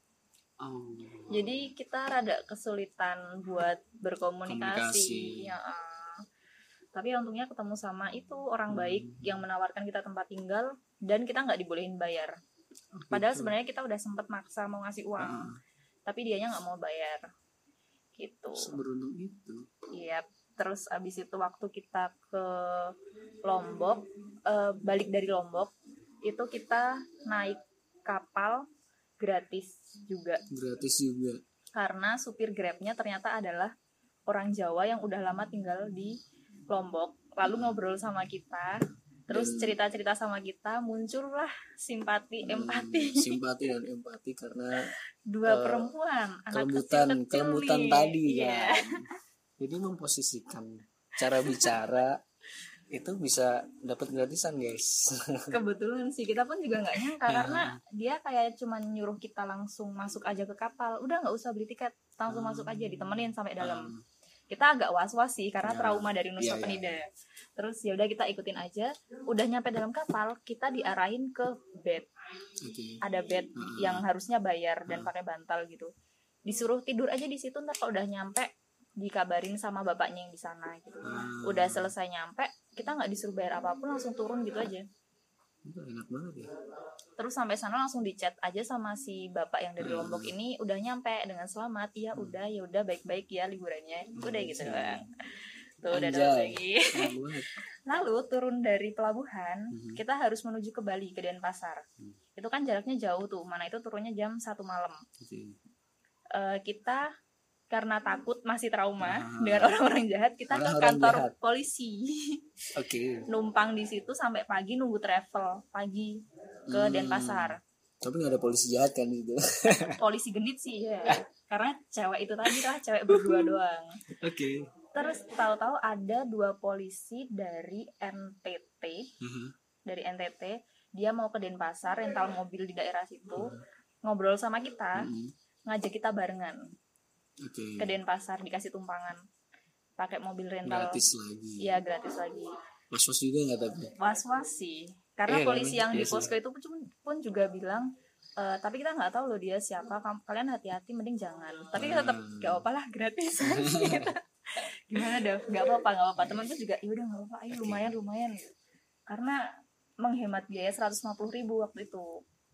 Jadi kita rada kesulitan buat berkomunikasi. Ya, tapi untungnya ketemu sama itu orang baik yang menawarkan kita tempat tinggal dan kita nggak dibolehin bayar. Padahal sebenarnya kita udah sempat maksa mau ngasih uang, tapi dianya nggak mau bayar. Gitu. Seberuntung itu. Iya. Terus abis itu waktu kita ke Lombok, balik dari Lombok, itu kita naik kapal gratis juga. Karena supir Grabnya ternyata adalah orang Jawa yang udah lama tinggal di Lombok, lalu ngobrol sama kita, terus cerita-cerita sama kita, muncullah simpati, empati. Simpati dan empati karena 2 perempuan, anak kelembutan tadi kan. Jadi memposisikan cara bicara itu bisa dapat gratisan guys. Kebetulan sih, kita pun juga nggak nyangka karena dia kayak cuman nyuruh kita langsung masuk aja ke kapal, udah nggak usah beli tiket, langsung masuk aja, ditemenin sampai dalam. Kita agak was-was sih karena trauma dari Nusa Penida. Terus ya udah kita ikutin aja. Udah nyampe dalam kapal, kita diarahin ke bed. Ada bed yang harusnya bayar dan pakai bantal gitu. Disuruh tidur aja di situ, ntar kalau udah nyampe dikabarin sama bapaknya yang di sana gitu. Udah selesai nyampe, kita nggak disuruh bayar apapun, langsung turun gitu aja. Enak banget ya. Terus sampai sana langsung dicat aja sama si bapak yang dari Lombok ini, udah nyampe dengan selamat. Ya udah baik-baik ya liburannya. Udah gitu doang. Tuh udah dapat lagi. Lalu turun dari pelabuhan, kita harus menuju ke Bali, ke Denpasar. Itu kan jaraknya jauh tuh. Mana itu turunnya jam 1 malam. Kita karena takut, masih trauma dengan orang-orang jahat, kita ke kantor polisi. Numpang di situ sampai pagi, nunggu travel pagi ke Denpasar. Tapi nggak ada polisi jahat kan itu? Polisi genit sih ya, karena cewek itu tadi lah, cewek berdua doang. Terus tahu-tahu ada 2 polisi dari NTT, dia mau ke Denpasar, rental mobil di daerah situ, ngobrol sama kita, ngajak kita barengan. Ke Denpasar, dikasih tumpangan pakai mobil rental gratis lagi. Iya, gratis lagi. Was-was juga nggak tapi? Was-was sih, karena polisi yang di posko itu pun juga bilang tapi kita nggak tahu loh dia siapa, kalian hati-hati, mending jangan. Tapi tetap gak apa-apa lah, gratis. Gimana dah, nggak apa-apa. Temanku juga ya udah nggak apa-apa, ayo lumayan gitu. Karena menghemat biaya 150.000 waktu itu.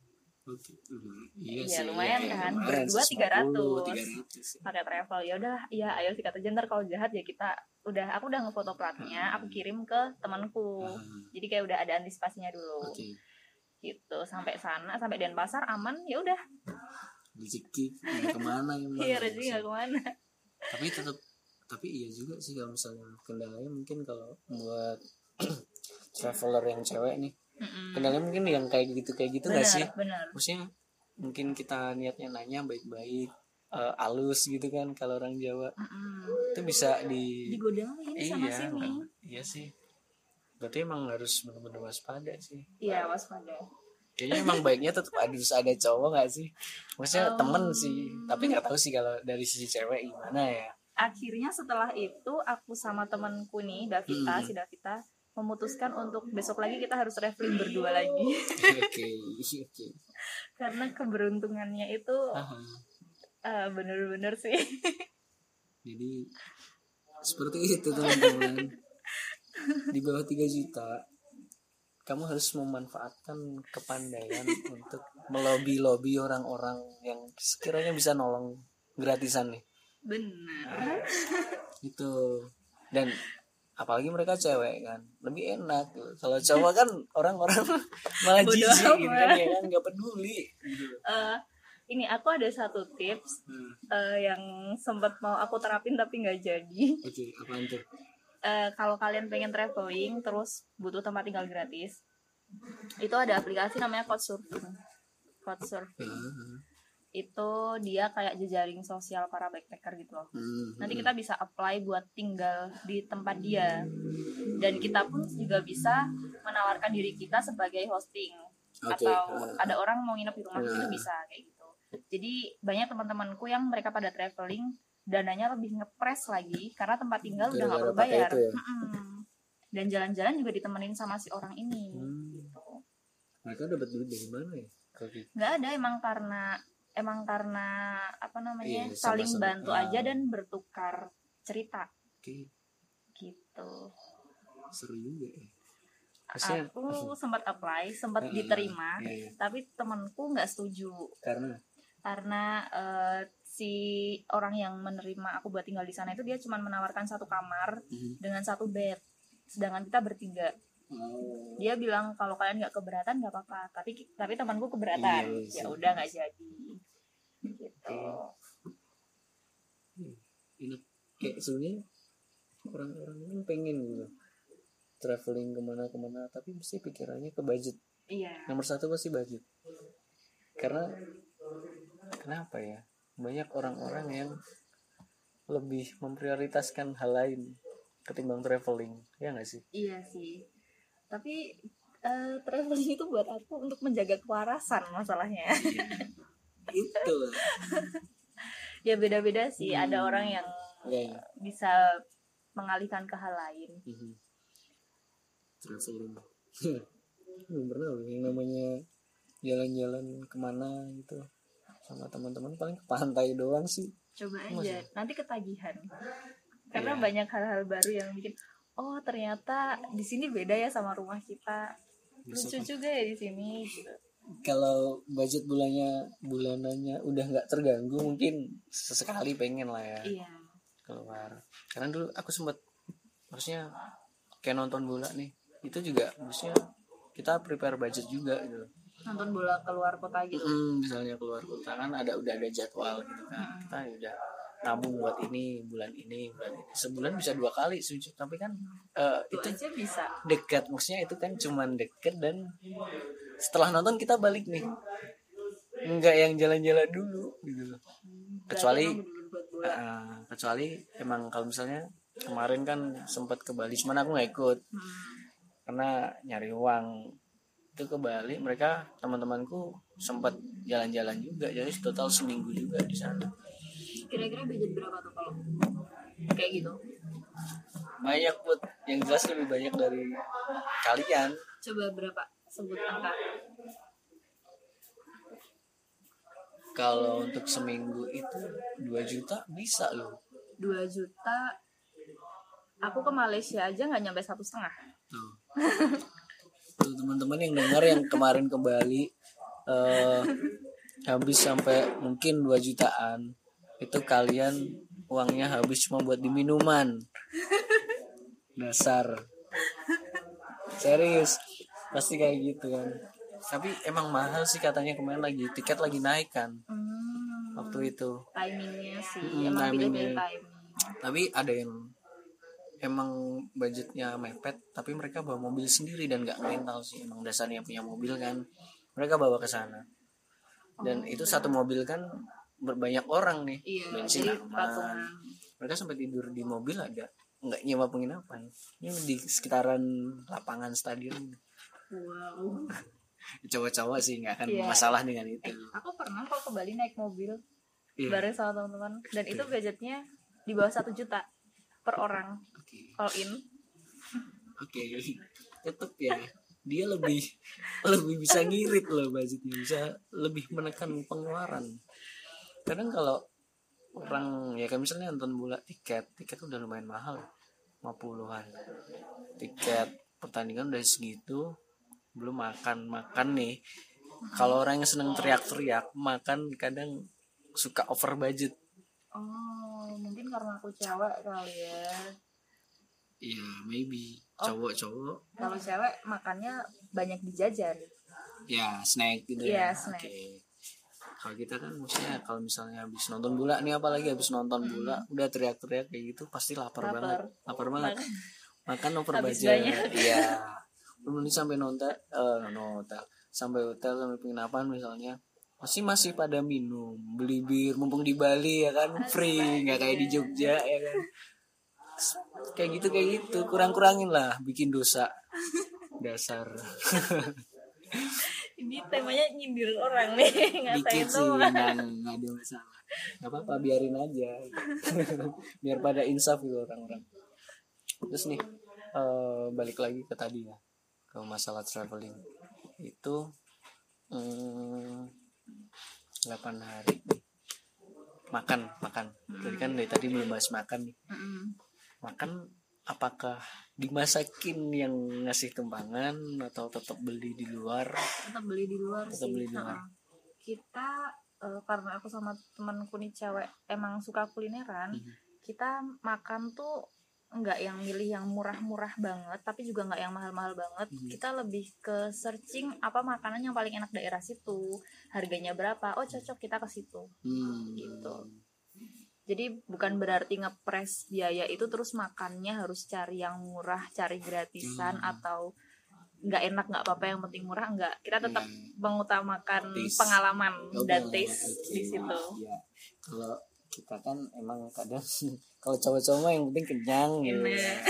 Iya lumayan kan, berdua 300 pakai travel. Ya udah, ya ayo sikat aja, ntar kalau jahat ya aku udah ngefoto platnya, aku kirim ke temanku. Jadi kayak udah ada antisipasinya dulu. Gitu, sampai sana, sampai Denpasar aman, ya udah. Rezeki nggak kemana ya? Iya, rezeki nggak kemana. Tapi iya juga sih kalau misalnya kendalanya mungkin kalau buat traveler yang cewek nih. Kendalanya mungkin yang kayak gitu nggak sih? Benar. Maksudnya mungkin kita niatnya nanya baik-baik, halus gitu kan, kalau orang Jawa itu bisa digodain sama sini. Iya sih. Berarti emang harus benar-benar waspada sih. Iya, waspada. Kayaknya emang baiknya tetap harus ada cowok nggak sih? Maksudnya temen sih, tapi nggak tahu sih kalau dari sisi cewek gimana ya. Akhirnya setelah itu aku sama temanku nih Davita, si Davita memutuskan untuk besok lagi kita harus traveling berdua lagi. Oke. Karena keberuntungannya itu bener-bener sih. Jadi seperti itu teman-teman. Di bawah 3 juta kamu harus memanfaatkan kepandaian untuk melobi-lobi orang-orang yang sekiranya bisa nolong gratisan nih. Benar. Itu. Dan apalagi mereka cewek kan, lebih enak. Kalau cowok kan orang-orang malah jijik gitu kan, ya kan, nggak peduli gitu. Ini aku ada satu tips yang sempat mau aku terapin tapi nggak jadi. Oke, apaan tuh? Kalau kalian pengen traveling terus butuh tempat tinggal gratis, itu ada aplikasi namanya Couchsurfing. Itu dia kayak jejaring sosial para backpacker gitu loh. Nanti kita bisa apply buat tinggal di tempat dia, dan kita pun juga bisa menawarkan diri kita sebagai hosting. Atau ada orang mau nginep di rumah itu bisa kayak gitu. Jadi banyak teman-temanku yang mereka pada traveling dananya lebih ngepres lagi karena tempat tinggal udah nggak perlu bayar. Ya? Dan jalan-jalan juga ditemenin sama si orang ini. Gitu. Mereka dapat duit dari mana ya? Nggak ada, emang karena apa namanya saling bantu aja dan bertukar cerita. Gitu. Seru juga ya. Aku sempat apply, sempat diterima, tapi temanku nggak setuju. Karena si orang yang menerima aku buat tinggal di sana itu dia cuma menawarkan satu kamar dengan satu bed, sedangkan kita bertiga. Dia bilang kalau kalian nggak keberatan nggak apa-apa, tapi temanku keberatan. Ya udah nggak jadi. Gitu. Ini kayak sebenarnya orang-orang ini pengen gitu traveling kemana-kemana, tapi mesti pikirannya ke budget. Nomor satu pasti budget. Karena kenapa ya? Banyak orang-orang yang lebih memprioritaskan hal lain ketimbang traveling, ya nggak sih? Iya sih. Tapi traveling itu buat aku untuk menjaga kewarasan masalahnya. Itu. Ya beda-beda sih. Ada orang yang bisa mengalihkan ke hal lain. Traveling. Belum pernah yang namanya jalan-jalan kemana gitu sama teman-teman, paling ke pantai doang sih. Coba aja, nanti ketagihan. Karena banyak hal-hal baru yang bikin, oh ternyata di sini beda ya sama rumah kita. Lucu juga ya di sini. Gitu. Kalau budget bulanannya udah nggak terganggu, mungkin sesekali pengen lah ya. Iya. Keluar. Karena dulu aku sempat, maksudnya kayak nonton bola nih, itu juga maksudnya kita prepare budget juga gitu. Nonton bola keluar kota gitu. Misalnya keluar kota kan udah ada jadwal gitu kan. Kita udah nabung buat ini bulan ini. Sebulan bisa 2 kali sujud, tapi kan itu aja bisa. Dekat, maksudnya itu kan cuman deket, dan setelah nonton kita balik nih. Enggak yang jalan-jalan dulu gitu loh. Kecuali emang kalau misalnya kemarin kan sempat ke Bali, cuman aku nggak ikut karena nyari uang. Itu ke Bali, mereka teman-temanku sempat jalan-jalan juga, jadi total seminggu juga di sana. Kira-kira budget berapa tuh kalau kayak gitu? Banyak buat, yang jelas lebih banyak dari kalian. Coba berapa? Sebut angka. Kalau untuk seminggu itu 2 juta bisa loh. 2 juta. Aku ke Malaysia aja nggak nyampe 1,5. Tuh teman-teman yang dengar yang kemarin ke Bali habis sampai mungkin 2 jutaan. Itu kalian uangnya habis cuma buat di minuman. Dasar. Serius. Pasti kayak gitu kan. Tapi emang mahal sih katanya, kemarin tiket lagi naik kan. Waktu itu. Timingnya sih. Emang pilih-pilih timing. Tapi ada yang emang budgetnya mepet, tapi mereka bawa mobil sendiri dan nggak rental sih. Emang dasarnya punya mobil kan. Mereka bawa ke sana. Dan itu satu mobil kan berbanyak orang nih. Iya, bensin aman. Mereka sampai tidur di mobil, ada nggak nyewa penginapan. Ini di sekitaran lapangan stadion. Wow. Cowok-cowok sih nggak akan masalah dengan itu. Aku pernah kok ke Bali naik mobil bareng sama teman-teman, dan itu budgetnya di bawah 1 juta per orang. All in. Tetep ya, dia lebih bisa ngirit loh budgetnya, bisa lebih menekan pengeluaran. Kadang kalau orang ya kayak misalnya nonton bola, tiket udah lumayan mahal, 50-an. Tiket pertandingan udah segitu, belum makan nih. Kalau orang yang seneng teriak-teriak, makan kadang suka over budget. Oh, mungkin karena aku cewek kali ya. Iya, maybe. Cowok. Kalau cewek makannya banyak dijajan. Ya, snack gitu ya. Snack. Okay. Kalau kita kan maksudnya kalau misalnya habis nonton bola nih, apalagi habis nonton bola udah teriak-teriak kayak gitu, pasti lapar banget. Makan over budget. Iya. Belum sampai sampai hotel, sampai penginapan misalnya. Masih pada minum, beli bir, mumpung di Bali ya kan, free, nggak kayak di Jogja ya kan. Kayak gitu, kurang-kurangin lah, bikin dosa. Dasar. Ini temanya nyindir orang nih, ngatain tuh. Nggak ada masalah. Nggak apa-apa, biarin aja. Biar pada insaf gitu orang-orang. Terus nih, balik lagi ke tadi ya, ke masalah traveling. Itu 8 hari makan. Jadi kan dari tadi belum bahas makan nih. Makan apakah dimasakin yang ngasih tumpangan atau tetap beli di luar? Tetap beli di luar. Kita karena aku sama temanku nih cewek emang suka kulineran, kita makan tuh nggak yang milih yang murah-murah banget, tapi juga nggak yang mahal-mahal banget. Kita lebih ke searching apa makanan yang paling enak daerah situ, harganya berapa, cocok kita ke situ. Gitu. Jadi bukan berarti ngepres biaya itu terus makannya harus cari yang murah, cari gratisan atau nggak enak nggak apa-apa, yang penting murah, enggak. Kita tetap mengutamakan pengalaman dan taste di situ. Ya. Kalau kita kan emang kadang kalau cowok-cowok yang penting kenyang gitu.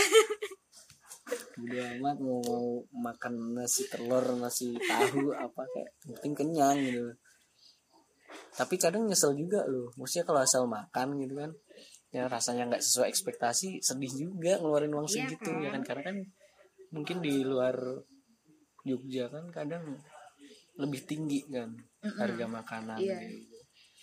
Udah amat mau makan nasi telur, nasi tahu apa kayak penting kenyang gitu. Tapi kadang nyesel juga loh, maksudnya kalau asal makan gitu kan, ya rasanya nggak sesuai ekspektasi, sedih juga ngeluarin uang segitu ya kan, karena kan mungkin di luar Jogja kan kadang lebih tinggi kan harga makanan. Gitu.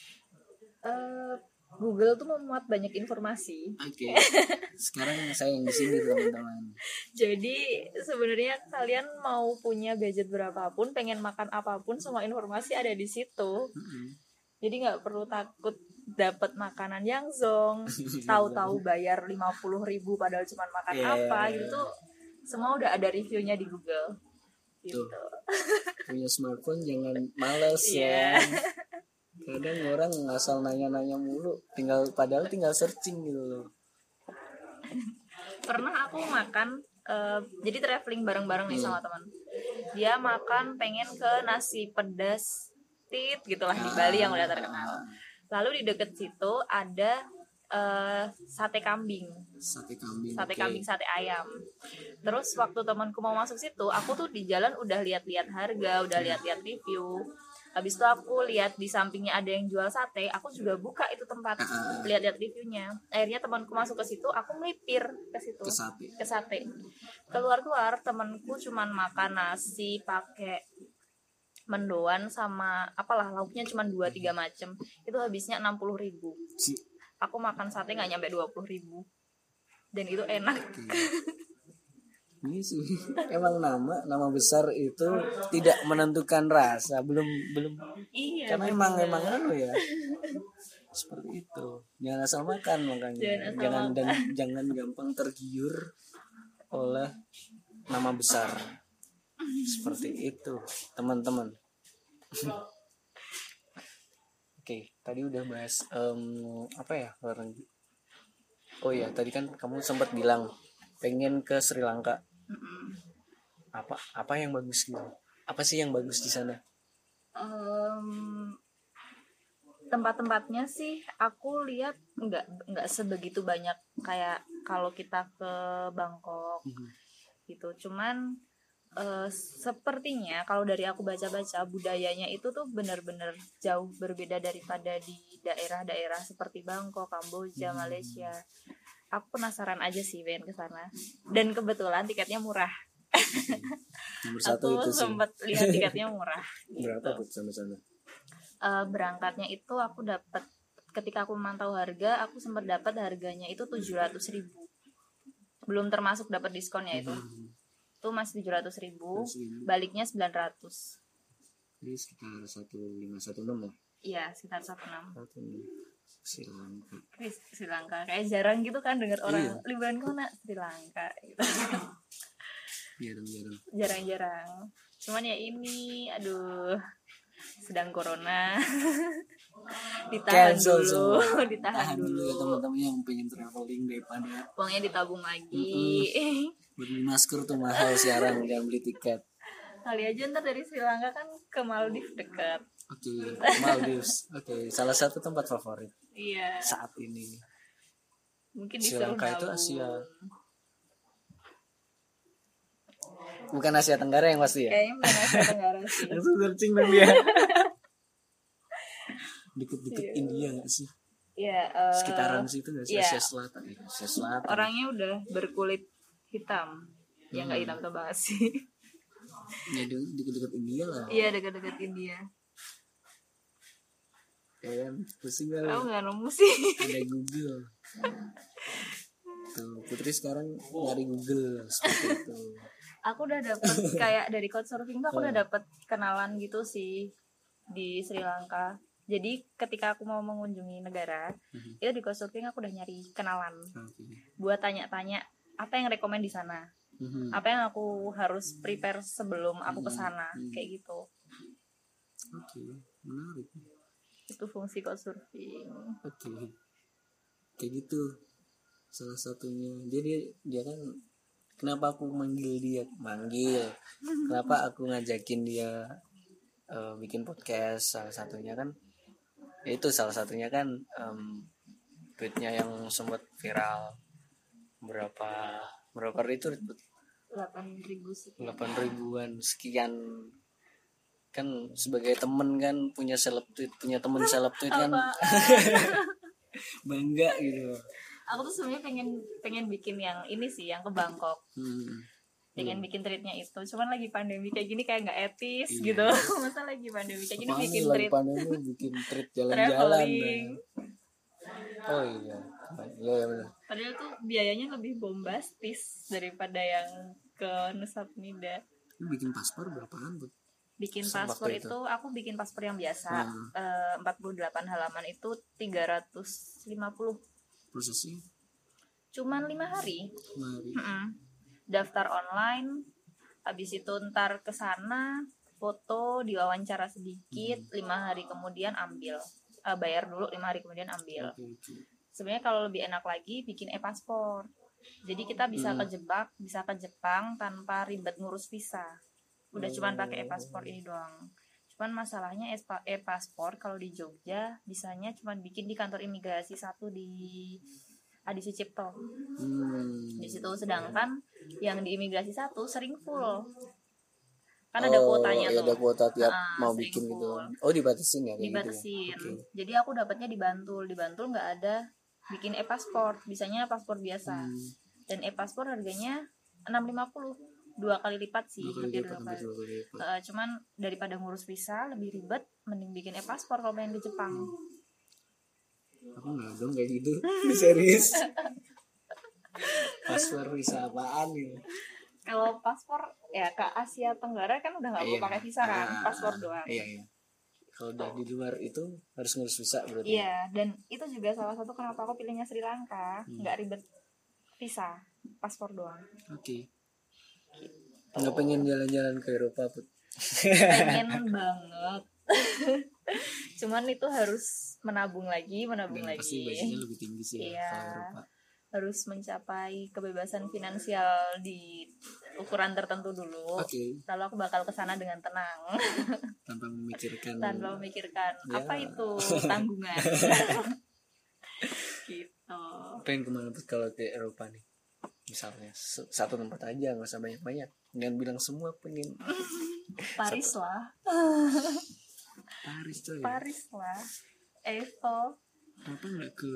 Google tuh memuat banyak informasi. Oke. Sekarang saya yang di sini teman-teman. Jadi sebenarnya kalian mau punya budget berapapun, pengen makan apapun, semua informasi ada di situ. Jadi nggak perlu takut dapat makanan yang zong, tahu-tahu bayar 50.000 padahal cuma makan apa gitu. Semua udah ada reviewnya di Google. Gitu. Punya smartphone jangan malas ya. Kadang orang asal nanya-nanya mulu, padahal tinggal searching gitu loh. Pernah aku makan, jadi traveling bareng-bareng nih sama teman. Dia makan pengen ke nasi pedas tit gitulah di Bali yang udah terkenal. Lalu di deket situ ada sate kambing, sate ayam. Terus waktu temanku mau masuk situ, aku tuh di jalan udah lihat-lihat harga, udah lihat-lihat review. Habis itu aku lihat di sampingnya ada yang jual sate, aku juga buka itu tempat, lihat-lihat reviewnya. Akhirnya temanku masuk ke situ, aku melipir ke situ, ke sate. Keluar temanku cuman makan nasi pakai mendoan sama apalah lauknya cuma 2-3 macam. Itu habisnya 60.000. Aku makan sate nggak nyampe 20.000 dan itu enak. Ini sih emang nama besar itu tidak menentukan rasa, belum iya, karena emang anu ya seperti itu. Jangan asal makan makanya, jangan gampang tergiur oleh nama besar seperti itu teman-teman. Oke, tadi udah bahas apa ya orang. Oh ya, tadi kan kamu sempat bilang pengen ke Sri Lanka. Apa yang bagus gitu? Apa sih yang bagus di sana? Tempat-tempatnya sih aku lihat nggak sebegitu banyak kayak kalau kita ke Bangkok gitu. Cuman sepertinya kalau dari aku baca-baca budayanya itu tuh benar-benar jauh berbeda daripada di daerah-daerah seperti Bangkok, Kamboja, Malaysia. Aku penasaran aja sih pengen ke sana. Dan kebetulan tiketnya murah. Nomor satu itu sih. Sempat lihat tiketnya murah. Berapa tuh sana-sana? Berangkatnya itu aku dapat, ketika aku memantau harga, aku sempat dapat harganya itu 700.000. Belum termasuk dapat diskonnya itu. Itu masih 700.000, baliknya 900. Jadi sekitar 1516 ya? Iya, sekitar 16. Sri Lanka. Kayak jarang gitu kan dengar orang liburan kemana Sri Lanka gitu. Jarang. Cuman ya ini, aduh, sedang corona. Ditahan dulu ya teman-teman yang pengen traveling daripada uangnya ditabung lagi. Beli masker tuh mahal sekarang, jangan beli tiket. Kali aja ntar dari Sri Lanka kan ke Maldives dekat. Oke, Maldives. Oke, salah satu tempat favorit. Iya. Saat ini. Mungkin Sri Lanka itu Asia. Bukan Asia Tenggara yang pasti ya? Kayaknya bukan Asia Tenggara sih. Langsung searching dong dia. Deket-deket India gak sih? Iya. Sekitaran situ gak sih? Asia Selatan. Asia Selatan. Orangnya udah berkulit hitam. Ya gak hitam banget sih. Ya deket-deket India lah. Iya, deket-deket India. Ya pusing gak? Aku gak nemu sih. Ada Google. Tuh, Putri sekarang nyari Google seperti itu. Aku udah dapet kayak dari Couchsurfing tuh aku udah dapet kenalan gitu sih di Sri Lanka. Jadi ketika aku mau mengunjungi negara, itu di Couchsurfing aku udah nyari kenalan. Buat tanya-tanya apa yang rekomend di sana. Apa yang aku harus prepare sebelum aku ke sana, kayak gitu. Oke, menarik. Itu fungsi Couchsurfing. Oke. Kayak gitu. Salah satunya. Dia kan, kenapa aku manggil? Kenapa aku ngajakin dia bikin podcast? Salah satunya kan salah satunya kan tweetnya yang sempat viral berapa itu 8.000-an sekian. Kan sebagai temen kan punya temen seleb tweet kan bangga gitu. Aku tuh sebenarnya pengen bikin yang ini sih, yang ke Bangkok. Pengen bikin treatnya itu, cuman lagi pandemi kayak gini kayak nggak etis gitu. Masa lagi pandemi kayak gini bikin treat? Bikin treat jalan-jalan. Oh iya benar. Padahal tuh biayanya lebih bombastis daripada yang ke Nusa Penida. Bikin paspor berapaan tuh? Bikin paspor itu aku bikin paspor yang biasa 48 halaman itu 350. Prosesnya? Cuman 5 hari. Daftar online, habis itu ntar kesana, foto, diwawancara sedikit, 5 hari kemudian ambil. Bayar dulu, 5 hari kemudian ambil. Sebenarnya kalau lebih enak lagi bikin e-paspor. Jadi kita bisa ke Jepang tanpa ribet ngurus visa. Udah cuman pakai e-paspor ini doang. Cuman masalahnya e-paspor kalau di Jogja bisanya cuman bikin di kantor imigrasi satu di Adi Sucipto. Di situ, sedangkan yang di imigrasi satu sering full. Kan ada kuotanya tuh. Ada kuota tiap mau bikin full. Gitu. Oh, dibatasin ya? Dibatasin. Gitu ya? Jadi aku dapatnya di Bantul. Di Bantul nggak ada bikin e-paspor. Bisanya paspor biasa. Dan e-paspor harganya 650. 2 kali lipat sih, hampir 2 kali. Cuman daripada ngurus visa lebih ribet, mending bikin e-paspor kalau pengen ke Jepang. Aku nggak dong kayak gitu. Serius. Paspor visa apaan ya? Kalau paspor ya ke Asia Tenggara kan udah nggak perlu pakai visa kan, paspor doang. Iya. Kalau udah di luar itu harus ngurus visa berarti. Iya, dan itu juga salah satu kenapa aku pilihnya Sri Lanka, nggak ribet visa, paspor doang. Oke. Nggak pengen jalan-jalan ke Eropa Put? Pengen banget. Cuman itu harus menabung lagi. Pasti budgetnya lebih tinggi sih ya kalau Eropa. Harus mencapai kebebasan finansial di ukuran tertentu dulu. Lalu aku bakal kesana dengan tenang. Tanpa memikirkan apa itu tanggungan. Gitu. Pengen kemana Put kalau ke Eropa nih? misalnya satu tempat aja, nggak usah banyak-banyak, jangan bilang semua pengen. Paris lah. Paris tuh ya. Paris lah. Eiffel. Kenapa nggak ke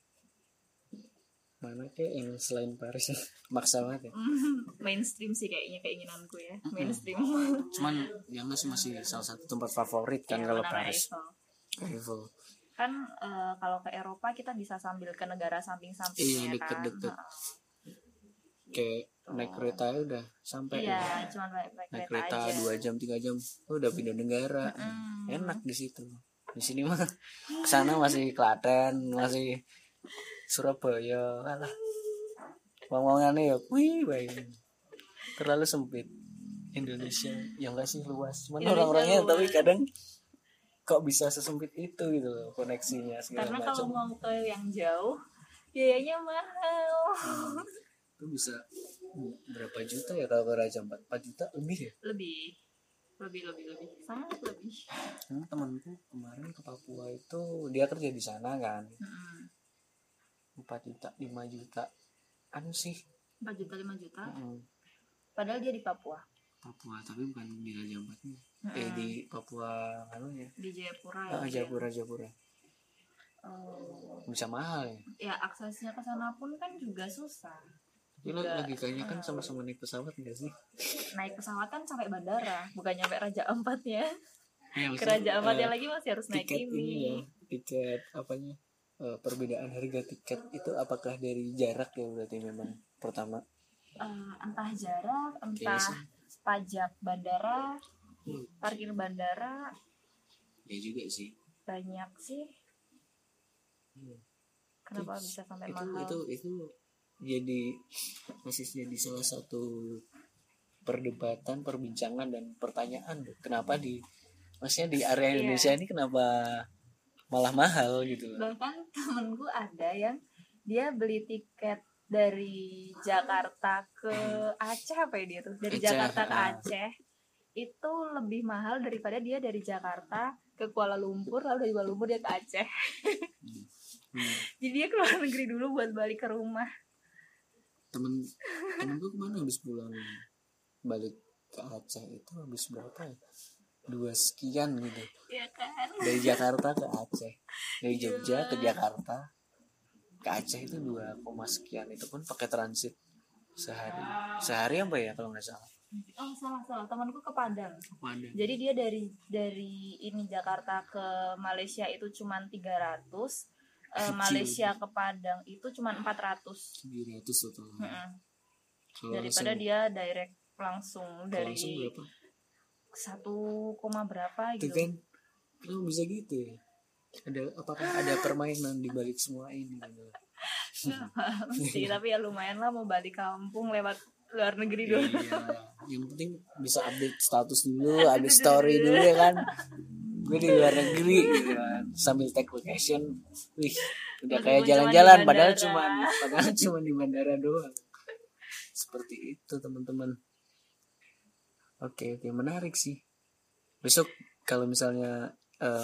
mana kayak yang selain Paris? Maksa banget ya. Mainstream sih kayaknya keinginanku ya. Mainstream. Cuman yang masih salah satu tempat favorit kan kalau Paris. Eiffel. Kan kalau ke Eropa kita bisa sambil ke negara samping-sampingnya. Iya, deket-deket. Kayak naik kereta udah sampai. Iya, cuma naik kereta aja. 2 jam 3 jam udah pindah negara. Enak di situ. Di sini mah kesana masih Klaten, masih Surabaya, alah. Ngomong-ngomongannya ya, wih, baik. Terlalu sempit. Indonesia yang enggak sih luas, cuman orang-orangnya luas. Tapi kadang kok bisa sesempit itu gitu loh koneksinya segala karena macam. Kalau mau ke yang jauh biayanya mahal. Itu bisa berapa juta ya kalau ke Raja Ampat? 4 juta lebih ya? Lebih sangat lebih. Temanku kemarin ke Papua itu dia kerja di sana kan. 4 juta 5 juta anu sih 4 juta 5 juta. Padahal dia di Papua tapi bukan di Raja Ampatnya. Di Papua anu ya, di Jayapura Jayapura. Bisa mahal ya. Ya aksesnya ke sana pun kan juga susah. Jadi logikanya kan sama-sama naik pesawat enggak sih? Naik pesawat kan sampai bandara, bukan nyampe Raja Ampatnya. Ya, ke Raja Ampatnya lagi masih harus naik ini ya, tiket apanya? Perbedaan harga tiket itu apakah dari jarak ya berarti memang pertama? Entah jarak, entah pajak bandara, parkir bandara. Ya juga sih. Banyak sih. Kenapa bisa sampai mahal? Itu jadi masih jadi salah satu perdebatan, perbincangan dan pertanyaan. Kenapa maksudnya di area Indonesia ini kenapa malah mahal gitu? Bahkan temenku ada yang dia beli tiket dari Jakarta ke Aceh dari Jakarta ke Aceh itu lebih mahal daripada dia dari Jakarta ke Kuala Lumpur lalu dari Kuala Lumpur dia ke Aceh. Jadi dia keluar negeri dulu buat balik ke rumah. Temenku kemana habis pulang balik ke Aceh itu habis berapa ya? 2 sekian gitu. Iya kan? Dari Jakarta ke Aceh, dari Jogja ke Jakarta ke Aceh itu 2, sekian. Itu pun pakai transit sehari apa ya kalau nggak salah. Salah temanku ke Padang. Jadi dia dari ini Jakarta ke Malaysia itu cuma 300, Malaysia ke Padang itu cuma 400 betul. Daripada dia direct langsung dari 1, berapa gitu. Itu kan kenapa bisa gitu ya? Apakah ada permainan di balik semua ini gitu? Sih, tapi ya lumayan lah mau balik kampung lewat luar negeri dulu. Iya, yang penting bisa update status dulu, update story dulu ya kan. Gue di luar negeri gitu kan. Sambil take vacation. Wih, udah kayak jalan-jalan padahal cuma di bandara doang. Seperti itu teman-teman. Oke, menarik sih. Besok kalau misalnya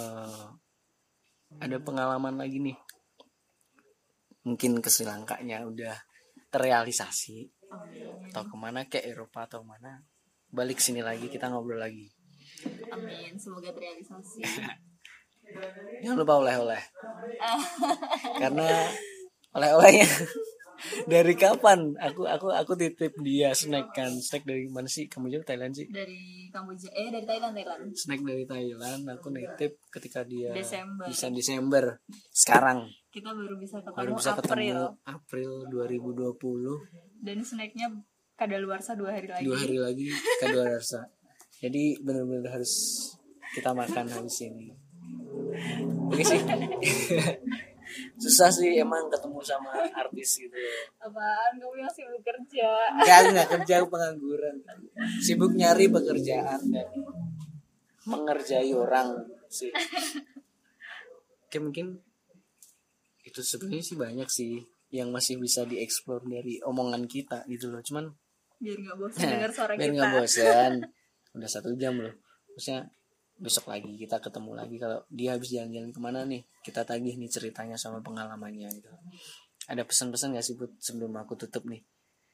ada pengalaman lagi nih, mungkin ke Sri Lankanya udah terrealisasi, atau kemana kayak Eropa atau mana, balik sini lagi kita ngobrol lagi. Amin, semoga terrealisasi. Jangan lupa oleh-oleh. Karena oleh-olehnya dari kapan? Aku titip dia snack dari mana sih? Kamu juga Thailand sih? Dari Kamboja. Dari Thailand. Snack dari Thailand. Aku nitip ketika dia Desember. Sekarang. Kita baru bisa ketemu April 2020. Dan snacknya kadaluarsa 2 hari lagi. 2 hari lagi kadaluarsa. Jadi benar-benar harus kita makan habis ini. Oke sih. Susah sih emang ketemu sama artis gitu. Apaan? Kamu yang sibuk kerja? Enggak kerja, pengangguran. Sibuk nyari pekerjaan dan mengerjai orang sih. Oke, mungkin itu sebenarnya sih banyak sih yang masih bisa dieksplor dari omongan kita gitu loh. Cuman biar nggak bosan dengar suara kita. Biar nggak bosan. Udah 1 jam loh. Maksudnya besok lagi kita ketemu lagi, kalau dia habis jalan-jalan kemana nih kita tagih nih ceritanya sama pengalamannya gitu. Ada pesan-pesan gak sih Put sebelum aku tutup nih?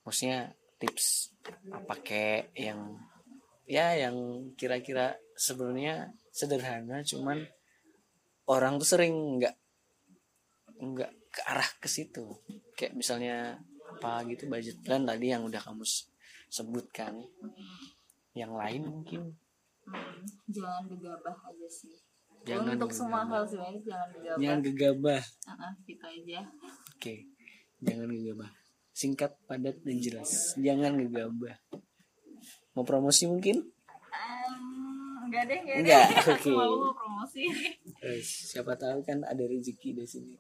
maksudnya tips apa kayak yang kira-kira sebenarnya sederhana, cuman orang tuh sering nggak ke arah ke situ. Kayak misalnya apa gitu, budget plan tadi yang udah kamu sebutkan. Yang lain mungkin jangan gegabah aja sih. Untuk semua hal sebenarnya jangan gegabah. Gitu aja. Oke. Jangan gegabah. Singkat, padat, dan jelas. Jangan gegabah. Mau promosi mungkin? Enggak deh. Oke. Mau promosi. Siapa tahu kan ada rezeki di sini.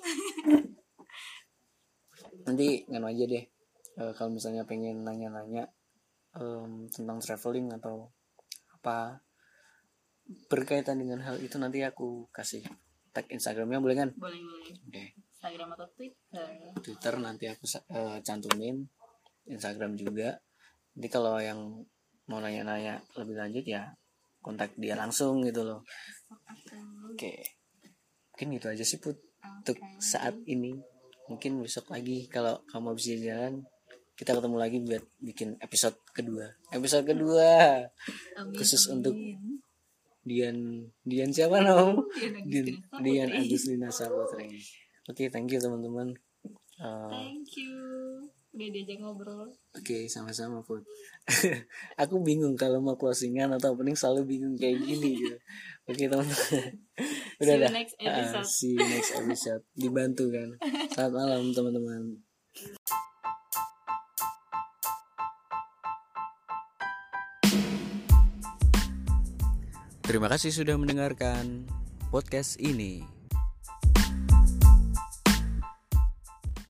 Nanti nganu aja deh. Kalau misalnya pengen nanya-nanya tentang traveling atau apa berkaitan dengan hal itu, nanti aku kasih tag Instagramnya, boleh kan? Boleh. Okay. Instagram atau Twitter nanti aku cantumin, Instagram juga. Jadi kalau yang mau nanya-nanya lebih lanjut ya kontak dia langsung gitu loh. Oke. Mungkin gitu aja sih Put untuk saat ini. Mungkin besok lagi kalau kamu bisa jalan, kita ketemu lagi buat bikin episode kedua. Amin. Khusus untuk Dian siapa nom? Dian Aguslina Saputra. Oke, thank you teman-teman. Thank you udah diajak ngobrol. Oke, sama-sama Put. Aku bingung kalau mau closingan atau opening, selalu bingung kayak gini gitu. Oke teman-teman. Udah dah. See you next episode. Dibantu kan. Selamat malam teman-teman. Terima kasih sudah mendengarkan podcast ini.